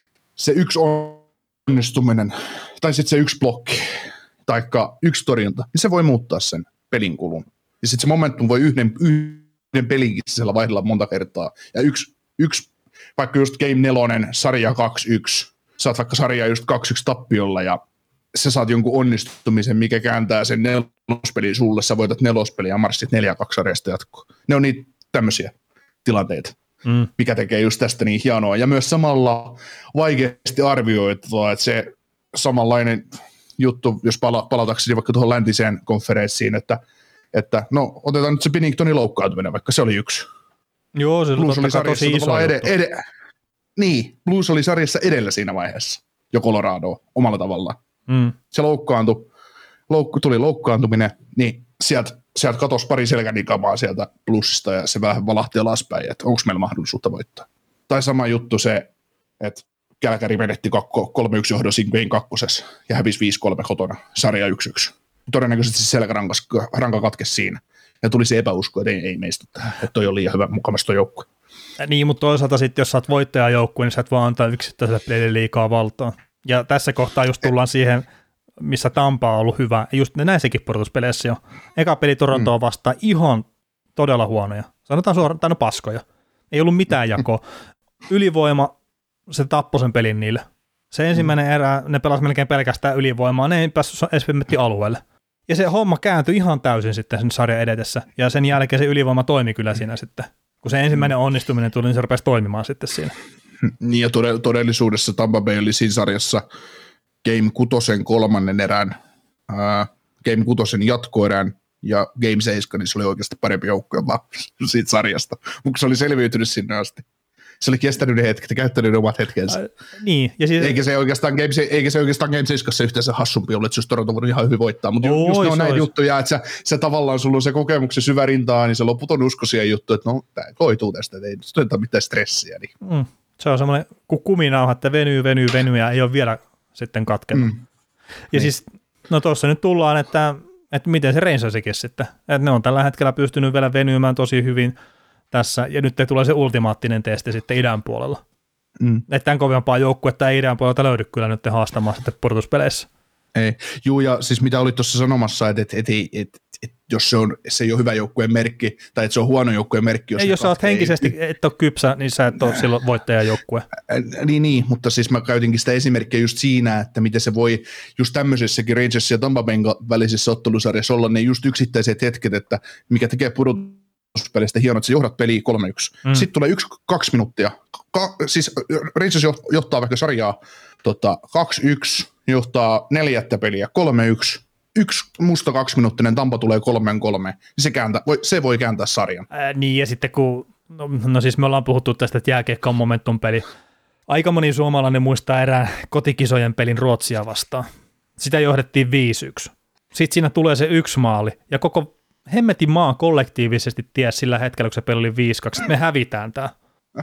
se yksi onnistuminen tai sitten se yksi blokki tai yksi torjunta, niin se voi muuttaa sen pelin kulun. Ja sitten se momentum voi yhden, yhden pelinkin sisällä vaihdella monta kertaa. Ja yksi, yksi vaikka just game nelonen, sarja kaksi yksi, saat vaikka sarja just kaksi yksi tappiolla ja sä saat jonkun onnistumisen, mikä kääntää sen nelospelin sulle, sä voitat nelospeliä ja marssit neljä kaksi sarjasta jatkoon. Ne on niitä tämmöisiä tilanteita, mm. mikä tekee just tästä niin hienoa. Ja myös samalla vaikeasti arvioitua, että se samanlainen juttu, jos pala- palatakseni vaikka tuohon läntiseen konferenssiin, että, että no otetaan nyt se Binningtonin loukkaantuminen, vaikka se oli yksi. Joo, se Blues oli tosi iso ed- ed- Niin, Blues oli sarjassa edellä siinä vaiheessa, jo Colorado omalla tavallaan. Mm. Se loukkaantui, loukku, tuli loukkaantuminen, niin sieltä sielt katosi pari selkänikamaa sieltä Bluesista ja se vähän valahti alaspäin, että onko meillä mahdollisuutta voittaa. Tai sama juttu se, että Kälkäri menetti kolme yksi johdon Game kakkosessa ja hävisi viisi kolme kotona, sarja yksi yksi. Todennäköisesti se selkäranka katkesi siinä. Ja tuli se epäusko, että ei, ei meistä tähän, että toi on liian hyvä mukavasti toi joukkue. Niin, mutta toisaalta sitten, jos sä oot voittajajoukkue, niin sä et vaan antaa yksittäiselle pelille liikaa valtaa. Ja tässä kohtaa just tullaan siihen, missä Tampa on ollut hyvä. Just näissäkin pudotuspeleissä jo. Eka peli Torontoa mm. vastaan ihan todella huonoja. Sanotaan suoraan, tai no paskoja. Ei ollut mitään jakoa. Ylivoima, se tappoi sen pelin niille. Se ensimmäinen mm. erä, ne pelasi melkein pelkästään ylivoimaa, ne ei päässyt edes alueelle. Ja se homma kääntyi ihan täysin sitten sen sarjan edetessä. Ja sen jälkeen se ylivoima toimi kyllä siinä sitten. Kun se ensimmäinen onnistuminen tuli, niin se rupesi toimimaan sitten siinä. Niin ja todellisuudessa Tampa Bay oli siinä sarjassa Game kutosen kolmannen erän, ää, Game kutosen jatkoerän ja Game seitsemän, niin se oli oikeasti parempi joukkue vaan siitä sarjasta. Mutta se oli selviytynyt sinne asti. Se oli kestänyt ne hetket ja käyttänyt ne omat hetkensä. Äh, niin. Ja siis, eikä, se oikeastaan game, eikä se oikeastaan Game seitsemän yhteensä hassumpi ollut, että se olisi Toronto voinut ihan hyvin voittaa. Mutta just ne on näin olisi. juttuja, että sä, sä tavallaan sulla on se kokemuksen syvä rintaa, niin se loputon usko siihen juttuun, että no tämä koituu tästä, että ei ole mitään stressiä. Niin. Mm. Se on semmoinen kuin kuminauha, että venyy, venyy, venyy ja ei ole vielä sitten katkenut. Mm. Ja niin. siis, no tuossa nyt tullaan, että, että miten se Rangersikin sitten. Että ne on tällä hetkellä pystynyt vielä venyymään tosi hyvin tässä, ja nyt tulee se ultimaattinen testi sitten idän puolella. Mm. Että tämän kovempaa joukkuetta ei idän puolelta löydy kyllä nyt haastamaan sitten pudotuspeleissä. Ei. Juu, ja siis mitä olit tuossa sanomassa, että et, et, et, et, et, jos se, on, se ei ole hyvä joukkueen merkki, tai että se on huono joukkueen merkki. Jos, ei, jos sä oot henkisesti et ole kypsä, niin sä et ole silloin voittajajoukkue. Niin, niin, mutta siis mä käytinkin sitä esimerkkiä just siinä, että miten se voi just tämmöisessäkin Rangers ja Tampa Bayn välisessä ottelusarjassa olla ne just yksittäiset hetket, että mikä tekee pudotuspelistä hienoa, että sä johdat peliä kolme yksi. Mm. Sitten tulee yksi, kaksi minuuttia. Ka- siis Rangers johtaa vaikka sarjaa tota, kaksi yksi, johtaa neljättä peliä, kolme yksi, yksi musta kaksiminuuttinen, Tampa tulee kolmen kolme, niin se, kääntää, voi, se voi kääntää sarjan. Ää, niin, ja sitten kun, no, no siis me ollaan puhuttu tästä, että jääkiekko on momentum peli. Aika moni suomalainen muistaa erään kotikisojen pelin Ruotsia vastaan. Sitä johdettiin viisi yksi. Sitten siinä tulee se yksi maali, ja koko hemmetin maa kollektiivisesti ties sillä hetkellä, kun se peli oli viisi kaksi, että me hävitään tää.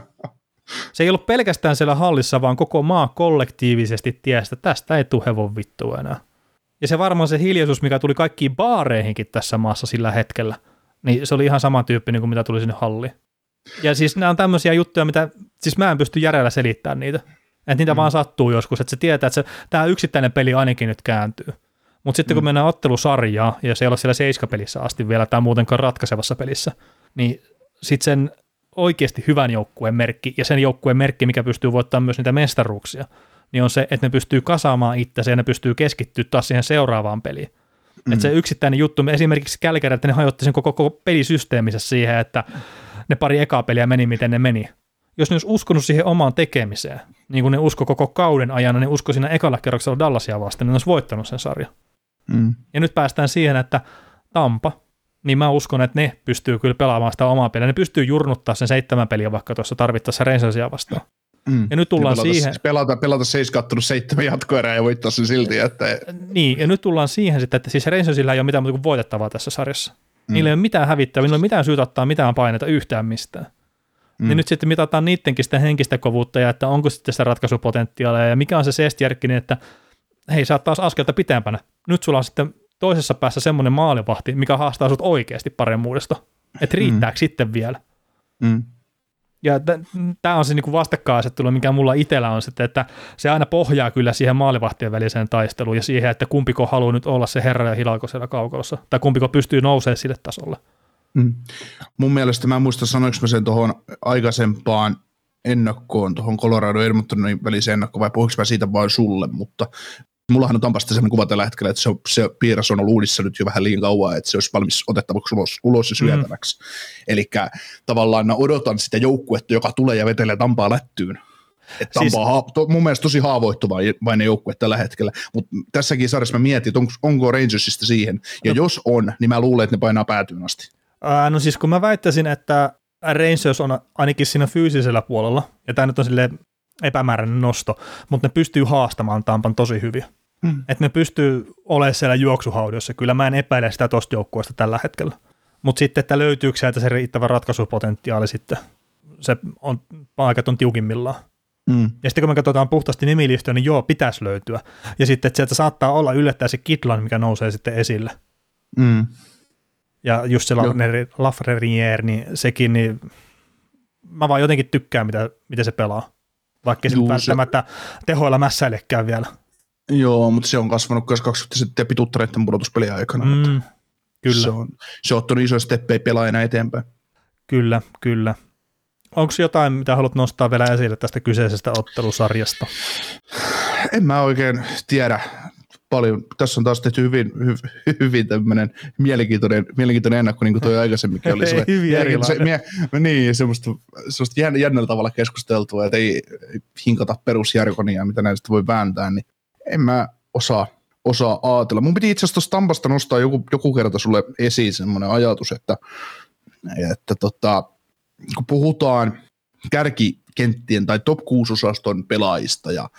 Se ei ollut pelkästään siellä hallissa, vaan koko maa kollektiivisesti tiesi, että tästä ei tule hevon vittua enää. Ja se varmaan se hiljaisuus, mikä tuli kaikkiin baareihinkin tässä maassa sillä hetkellä, niin se oli ihan samantyyppinen kuin mitä tuli sinne halliin. Ja siis nämä on tämmöisiä juttuja, mitä, siis mä en pysty järjellä selittämään niitä. Että niitä mm. vaan sattuu joskus, että se tietää, että se, tämä yksittäinen peli ainakin nyt kääntyy. Mutta sitten mm. kun mennään ottelusarjaan, ja se ei ole siellä seiskapelissä asti vielä, tai muutenkaan ratkaisevassa pelissä, niin sitten sen oikeasti hyvän joukkueen merkki, ja sen joukkueen merkki, mikä pystyy voittamaan myös niitä mestaruuksia, niin on se, että ne pystyy kasaamaan itsensä, ja ne pystyy keskittyä taas siihen seuraavaan peliin. Mm. Että se yksittäinen juttu, esimerkiksi Kälkärä, että ne hajotti sen koko, koko pelisysteemissä siihen, että ne pari ekaa peliä meni, miten ne meni. Jos ne olisi uskonut siihen omaan tekemiseen, niin kuin ne usko koko kauden ajan, ne usko siinä ekalla kerroksella Dallasia vastaan, niin ne olisi voittanut sen sarjan. Mm. Ja nyt päästään siihen, että Tampa, niin mä uskon, että ne pystyy kyllä pelaamaan sitä omaa peliä. Ne pystyy jurnuttaa sen seitsemän peliä vaikka tuossa tarvittaessa Rangersia vastaan. Mm. Ja nyt tullaan ja pelata, siihen. Pelata, pelata seiskattunut seitsemän jatkoerää ja voittaa sen silti. Että... Niin, ja nyt tullaan siihen sitten, että siis Rangersillä ei ole mitään muuta kuin voitettavaa tässä sarjassa. Mm. Niillä ei ole mitään hävittävää, niillä ei ole mitään syytä ottaa mitään paineita yhtään mistään. Mm. Ja nyt sitten mitataan niidenkin sitä henkistä kovuutta ja että onko sitten sitä ratkaisupotentiaalia ja mikä on se Sestjärkkinen, että hei, sä oot taas askelta pitempänä. Nyt sulla on sitten toisessa päässä semmoinen maalivahti, mikä haastaa sut oikeasti paremmuudesta. Että riittääkö mm. sitten vielä. Mm. Ja tämä on se niinku vastakkainasettelu, mikä mulla itsellä on sitten, että se aina pohjaa kyllä siihen maalivahtien väliseen taisteluun ja siihen, että kumpiko haluaa nyt olla se herra ja hilako siellä kaukalossa, tai kumpiko pystyy nousemaan sille tasolle. Mm. Mun mielestä, mä en muista sanoinko mä sen tuohon aikaisempaan ennakkoon, tuohon Colorado Edmontonin väliseen ennakkoon, vai puhuinko mä siitä vain sulle, mutta mullahan on Tampasta sellainen kuva tällä hetkellä, että se, on, se piirros on ollut uudissa nyt jo vähän liian kauan, että se olisi valmis otettavaksi ulos, ulos ja syötäväksi. Mm. Eli tavallaan mä odotan sitä joukkuetta, joka tulee ja vetelee Tampaa lättyyn. Että siis, Tampa on to, mun mielestä tosi haavoittuvainen joukkue tällä hetkellä, mutta tässäkin sarjassa mä mietin, että onko, onko Rangersista siihen, ja no, jos on, niin mä luulen, että ne painaa päätyyn asti. Ää, no siis kun mä väittäisin, että Rangers on ainakin siinä fyysisellä puolella, ja tämä nyt on silleen epämääräinen nosto, mutta ne pystyy haastamaan Tampan tosi hyvin. Hmm. Että ne pystyy olemaan siellä juoksuhaudiossa. Kyllä mä en epäile sitä tosta joukkueesta tällä hetkellä. Mutta sitten, että löytyykö sieltä se riittävä ratkaisupotentiaali sitten, se on, paikat on tiukimmillaan. Hmm. Ja sitten kun me katsotaan puhtaasti nimilistöä, niin joo, pitäisi löytyä. Ja sitten, että sieltä saattaa olla yllättäen se Kitlan, mikä nousee sitten esille. Hmm. Ja just se Lafreniere, niin sekin, niin mä vaan jotenkin tykkään, mitä, mitä se pelaa. Vaikka se Juu, välttämättä se tehoilla mässäilekään vielä. Joo, mutta se on kasvanut myös kaksikymmentä senttiä pituuttareiden pudotuspelien aikana. Mm, kyllä. Se on, se on ottanut isoja steppejä pelaajana eteenpäin. Kyllä, kyllä. Onko jotain, mitä haluat nostaa vielä esille tästä kyseisestä ottelusarjasta? En mä oikein tiedä paljon. Tässä on taas tehty hyvin, hyvin, hyvin tämmöinen mielenkiintoinen, mielenkiintoinen ennakko, niin kuin toi aikaisemminkin oli. Se, hyvin erilainen. Se, mie, niin, semmoista, semmoista jän, jännällä tavalla keskusteltua, että ei hinkata perusjargonia, mitä näistä voi vääntää, niin en mä osaa, osaa ajatella. Mun piti itse asiassa tuosta Tampasta nostaa joku, joku kerta sulle esiin semmoinen ajatus, että, että tota, kun puhutaan kärkikenttien tai top kuusi osaston pelaajista ja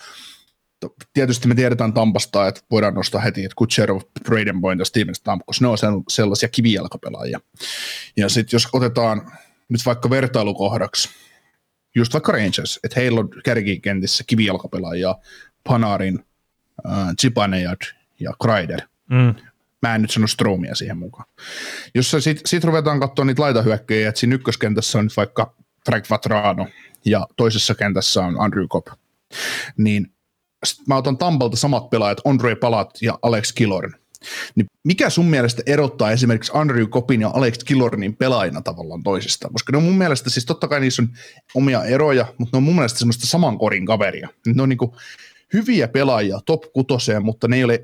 tietysti me tiedetään Tampasta, että voidaan nostaa heti, että Kucherov, Braden Point ja Steven Stamkos, ne on sellaisia kivijalkapelaajia. Ja sitten jos otetaan nyt vaikka vertailukohdaksi, just vaikka Rangers, että heillä on kärkikentissä kivijalkapelaajia, Panarin, äh, Zibanejad ja Kreider. Mm. Mä en nyt sano Stromia siihen mukaan. Jos sitten sit ruvetaan katsoa niitä laitahyökkäjiä, että siinä ykköskentässä on nyt vaikka Frank Vatrano ja toisessa kentässä on Andrew Copp, niin mä otan Tampalta samat pelaajat, Ondrej Palat ja Alex Killorn. Niin mikä sun mielestä erottaa esimerkiksi Andrew Coppin ja Alex Killornin pelaajina tavallaan toisistaan? Koska ne on mun mielestä, siis totta kai niissä on omia eroja, mutta ne on mun mielestä semmoista saman korin kaveria. Ne on niinku hyviä pelaajia top kutoseen, mutta ne ei ole,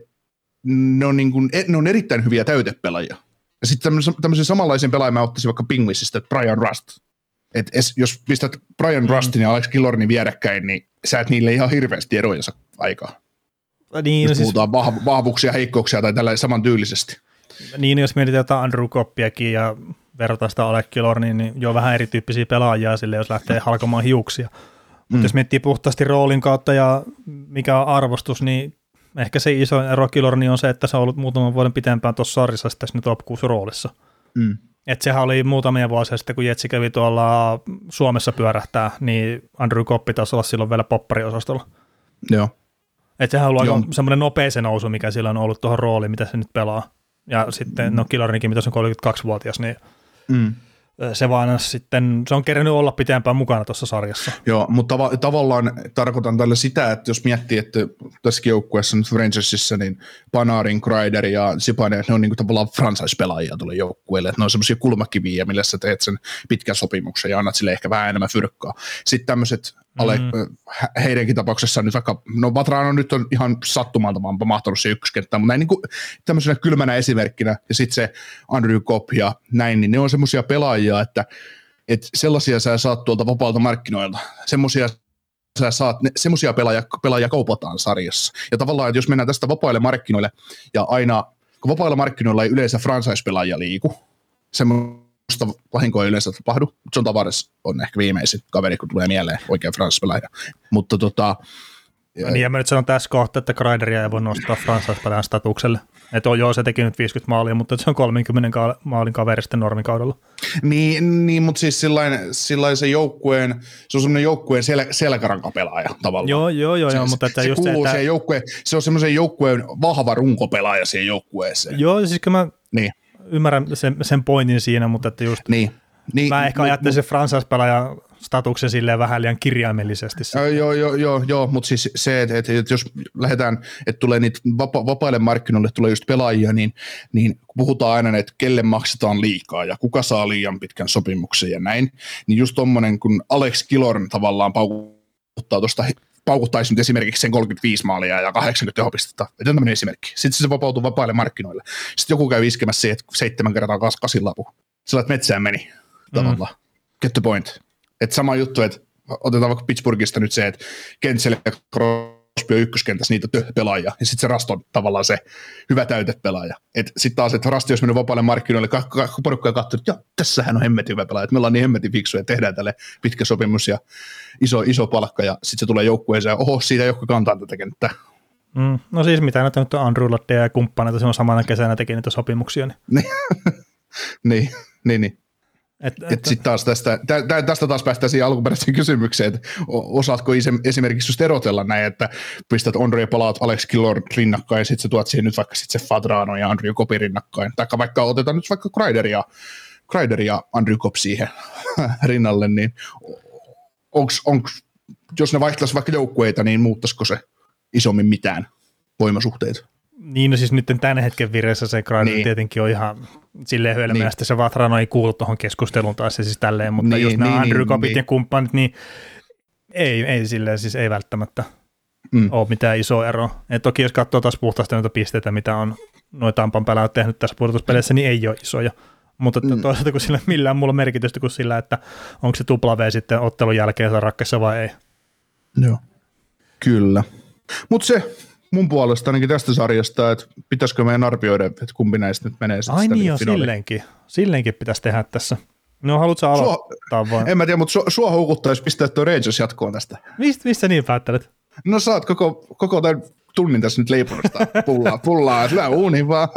ne on, niinku, ne on erittäin hyviä täytepelaajia. Ja sitten tämmöisen samanlaisen pelaajan mä ottaisin vaikka Penguinsista, että Brian Rust. Et jos pistät Brian Rustin ja Alex Killornin vierekkäin, niin sä et niille ihan hirveästi erojensa aikaa. Niin, jos no puhutaan siis vahvuuksia, heikkouksia tai tällä samantyylisesti. Niin, jos mietitään jotain Andrew Coppiakin ja verrataan sitä Alex Killorniin, niin jo vähän erityyppisiä pelaajia sille, jos lähtee halkomaan hiuksia. Mutta mm. jos miettii puhtaasti roolin kautta ja mikä on arvostus, niin ehkä se iso ero Killorniin on se, että se on ollut muutaman vuoden pitempään tuossa sarjassa tässä top kuusi roolissa. Mm. Että sehän oli muutamia vuosia sitten, kun Jetsi kävi tuolla Suomessa pyörähtää, niin Andrew Coppi taisi olla silloin vielä poppariosastolla. Joo. Että sehän on ollut semmoinen nopea se nousu, mikä sillä on ollut tuohon rooliin, mitä se nyt pelaa. Ja sitten, mm. no Killornikin, mitä se on kolmekymmentäkaksivuotias, niin mm. se vaan sitten, se on kerännyt olla pitempään mukana tuossa sarjassa. Joo, mutta tav- tavallaan tarkoitan tällä sitä, että jos miettii, että tässäkin joukkueessa nyt Rangersissa, niin Panarin, Kreider ja Zibanejad, ne on niin kuin tavallaan franchise-pelaajia tuolle joukkueelle, että ne on semmoisia kulmakiviä, millä sä teet sen pitkän sopimuksen ja annat sille ehkä vähän enemmän fyrkkaa. Sitten tämmöiset, mm-hmm. heidänkin tapauksessaan nyt vaikka, no Vatrano nyt on ihan sattumalta vaan mahtanut se ykköskenttään, mutta näin niin kuin tämmöisenä kylmänä esimerkkinä, ja sitten se Andrew Copp ja näin, niin ne on semmoisia pelaajia, että, että sellaisia sä saat tuolta vapaalta markkinoilta, semmoisia sä saat, semmoisia pelaajia, pelaajia kaupataan sarjassa. Ja tavallaan, että jos mennään tästä vapaille markkinoille, ja aina, kun vapailla markkinoilla ei yleensä franchise-pelaajia liiku, semmoista vahinkoa ei yleensä tapahdu. John Tavares on ehkä viimeisin kaveri, kun tulee mieleen oikein franchise-pelaaja. Mutta tota, Ja, niin, ja mä nyt sanon tässä kohtaa, että Kreideria ei voi nostaa franchise-pelaajan statukselle. Että on joo, se teki nyt viisikymmentä maalia, mutta se on kolmekymmentä maalin kaveri sitten normikaudella. Niin, niin mutta siis sillain, sillain se joukkueen, se on semmoinen joukkueen sel, selkärankapelaaja tavallaan. Joo, joo, joo. Se, joo mutta että se just kuuluu se, että... se on semmoisen joukkueen vahva runkopelaaja siihen joukkueeseen. Joo, siis mä niin. ymmärrän sen, sen pointin siinä, mutta että just... Niin. Niin, mä ehkä ajattelin se franchise-pelaajan statuksen silleen vähän liian kirjaimellisesti. Joo, joo, joo, joo, joo mutta siis se, että, että, että jos lähdetään, että tulee niitä vapa- vapaille markkinoille tulee just pelaajia, niin, niin puhutaan aina, että kelle maksetaan liikaa ja kuka saa liian pitkän sopimuksen ja näin, niin just tommonen, kun Alex Killorn tavallaan paukuttaa tuosta, paukuttaisi nyt esimerkiksi sen kolmekymmentäviisi maalia ja kahdeksankymmentä tehopistettä, että on tämmöinen esimerkki. Sitten se vapautuu vapaille markkinoille. Sitten joku käy iskemässä se, että seitsemän kertaa kas kasin lapu. Sillä että metsään meni tavallaan. Mm. Get the point. Että sama juttu, että otetaan vaikka Pittsburghista nyt se, että Kentsel ja Crosby on ykköskentässä niitä pelaajia, ja sitten se Rast on tavallaan se hyvä täytepelaaja. Sitten taas, että Rasti olisi mennyt vapaille markkinoille, porukka on katsonut, että joo, tässähän on hemmetin hyvä pelaaja, että me ollaan niin hemmetin fiksuja, että tehdään tälle pitkä sopimus ja iso, iso palkka, ja sitten se tulee joukkueeseen, ja oho, siitä joku kantaa tätä kenttää. Mm, no siis mitä näitä nyt on Andrew Lottea ja kumppaneita, se on samana kesänä teki niitä sopimuksia. Niin, niin, niin. niin. Et, et et sitten taas tästä, tä, tästä taas päästään siihen alkuperäiseen kysymykseen, että osaatko esimerkiksi just erotella näin, että pistät Ondrej ja palaat Alex Killorn rinnakkain, ja sitten sä tuot siihen nyt vaikka sit se Fadrano ja Andrew Kopi rinnakkain, tai vaikka otetaan nyt vaikka Kreider ja, Kreider ja Andrew Kopp siihen rinnalle, niin onks, onks, jos ne vaihtaisi vaikka joukkueita, niin muuttaisiko se isommin mitään voimasuhteita? Niin, no siis nyt tämän hetken vireessä se Kreider niin. Tietenkin on ihan silleen hölmöä, niin. Se Vatrano ei kuulu tuohon keskusteluun taas se siis tälleen, mutta niin, just nämä niin, Andrew Kopit niin. ja kumppanit, niin ei, ei silleen siis ei välttämättä mm. ole mitään isoa eroa. Et toki jos katsoo taas puhtaasti noita pisteitä, mitä on noita Tampan pelaajat tehnyt tässä pudotuspeleissä, niin ei ole isoja. Mutta mm. toisaalta kun sillä millään mulla on merkitystä kuin sillä, että onko se tupla V sitten ottelun jälkeen rakkessa vai ei. Joo, kyllä. Mutta se mun puolesta ainakin tästä sarjasta, että pitäisikö meidän arvioida, että kumpi näistä nyt menee sitten Ai sitä niin jo, finaaliin. silleenkin. Silleenkin pitäisi tehdä tässä. No haluatko sä aloittaa vai? En mä tiedä, mutta sua, sua houkuttaisi pistää tuo Rangers jatkoon tästä. Mist, mistä niin päättelet? No sä oot koko, koko tämän tunnin tässä nyt leipunut sitä pullaa, pullaa, sillä uuni vaan.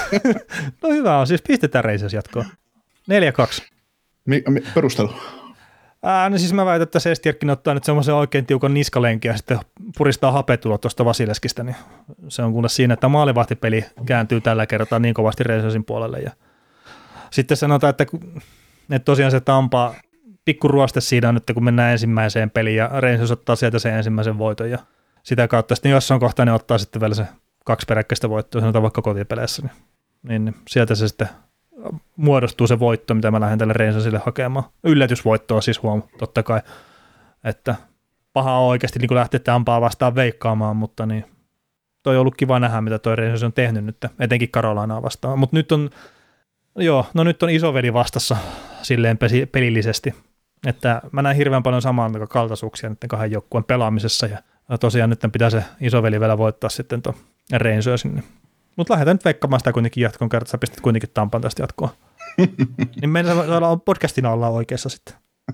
No hyvä on, siis pistetään Rangers jatkoon. neljä kaksi. Mi, mi, perustelu? Ää, no siis mä väitän, että Sestierkin ottaa nyt semmoisen oikein tiukan niskalenkin ja sitten puristaa hapetulo tuosta Vasileskistä, niin se on kuule siinä, että maalivahtipeli kääntyy tällä kertaa niin kovasti Rangersin puolelle. Ja sitten sanotaan, että, että tosiaan se Tampa pikku ruoste siinä nyt, kun mennään ensimmäiseen peliin ja Rangers ottaa sieltä sen ensimmäisen voiton ja sitä kautta sitten jossain kohtaa ne ottaa sitten vielä se kaksi peräkkäistä voittoa, sanotaan vaikka kotipeleissä, niin, niin, niin sieltä se sitten muodostuu se voitto, mitä mä lähden tälle Rangersille hakemaan. Yllätysvoittoa siis huom, totta kai, että paha on oikeasti niin lähteä Tampaa vastaan veikkaamaan, mutta niin toi on ollut kiva nähdä, mitä toi Rangers on tehnyt nyt, etenkin Carolinaa vastaan, mutta nyt on, joo, no nyt on isoveli vastassa silleen pelillisesti, että mä näen hirveän paljon samaa kaltaisuuksia nyt kahden joukkueen pelaamisessa ja tosiaan nyt pitää se isoveli vielä voittaa sitten tuon Rangersin. Mutta lähdetään nyt veikkaamaan sitä kuitenkin jatkoon, kertaa sä pistät kuitenkin Tampan tästä jatkoa. Niin meidän saadaan podcastina olla oikeassa sitten.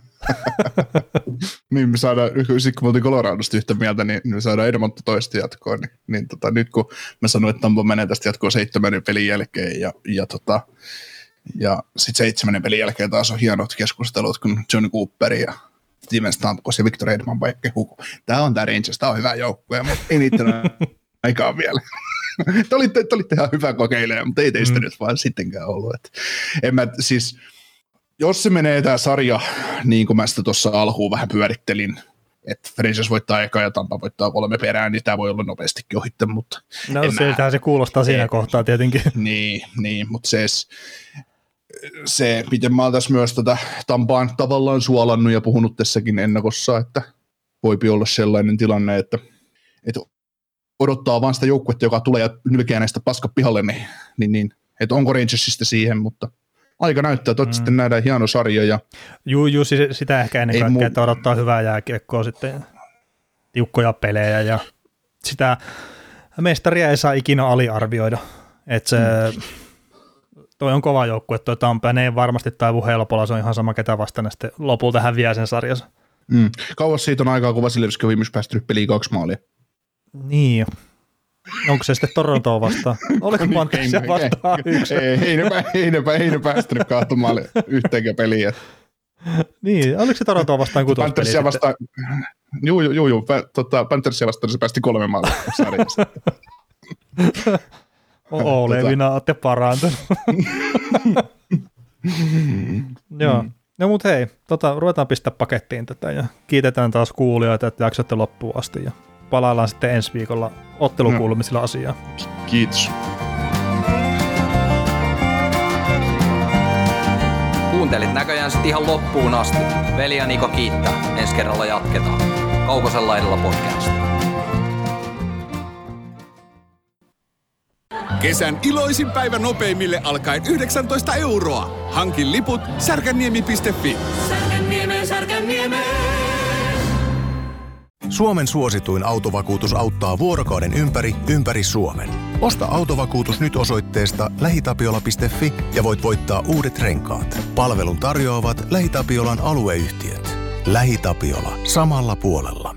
Niin me saadaan, kun me oltiin Coloradosta yhtä mieltä, niin me saadaan Edmonton toista jatkoa. Niin, niin tota, nyt kun mä sanoin, että Tampa menee tästä jatkoon seitsemännen pelin jälkeen ja, ja, tota, ja sitten seitsemännen pelin jälkeen taas on hienot keskustelut, kun John Cooper ja Steven Stamkos ja Victor Hedman vaikka huku. Tämä on tämä Rangers, tämä on hyvä joukkue, mutta ei niitä aikaa vielä. Te olitte, te olitte ihan hyvä kokeileja, mutta ei teistä mm. nyt vaan sittenkään ollut. Et en mä, siis, jos se menee tämä sarja, niin kuin mä sitä tuossa alkuun vähän pyörittelin, että Rangers voittaa eka ja Tampa voittaa kolme perään, niin tämä voi olla nopeastikin ohitte, mutta no siltähän se kuulostaa siinä ei, kohtaa tietenkin. Niin, niin mutta se, se, miten mä oon tässä myös tätä Tampaan tavallaan suolannut ja puhunut tässäkin ennakossa, että voipi olla sellainen tilanne, että, että odottaa vaan sitä joukkuetta, joka tulee ja nylkeää näistä paska pihalle, niin, niin, niin että onko Rangersista siihen, mutta aika näyttää, että mm. sitten nähdään hieno sarja. Ja juu, juu, sitä ehkä ennen kaikkea, mu- että odottaa hyvää jääkiekkoa sitten, tiukkoja pelejä ja sitä mestaria ei saa ikinä aliarvioida, että se, mm. toi on kova joukkue, toi Tampere, ne ei varmasti taivu helpolla, se on ihan sama ketä vastaan, sitten lopulta häviää sen sarjansa. Mm. Kauas siitä on aikaa, kun Vasilevski on viimeksi päästänyt peliin kaksi maalia. Niin. Onko se sitten Torontoa vastaan? Oliko Panthersia vastaan yksi? Ei, ei, ne, ei, ne, ei ne päästänyt kahtomaan yhteenkään peliä. Niin, oliko se Torontoa vastaan kutospeli sitten? Vastaan, juu, juu, juu, juu. Tota, Panthersia vastaan se päästi kolme maalia sarjassa. Oo, Levina, olette parantunut. Joo. No mut hei, tota, ruvetaan pistää pakettiin tätä ja kiitetään taas kuulijoita, että jaksatte loppuun asti ja palaillaan sitten ensi viikolla ottelukuulumisilla asiaa. Kiitos. Kuuntelit näköjään sitten ihan loppuun asti. Veli ja Niko kiittää. Ensi kerralla jatketaan. Kaukosen laidalla podcast. Kesän iloisin päivä nopeimille alkaen yhdeksäntoista euroa. Hankin liput särkänniemi piste fi. Särkänniemi, Särkänniemi. Suomen suosituin autovakuutus auttaa vuorokauden ympäri, ympäri Suomen. Osta autovakuutus nyt osoitteesta lähitapiola piste fi ja voit voittaa uudet renkaat. Palvelun tarjoavat LähiTapiolan alueyhtiöt. LähiTapiola. Samalla puolella.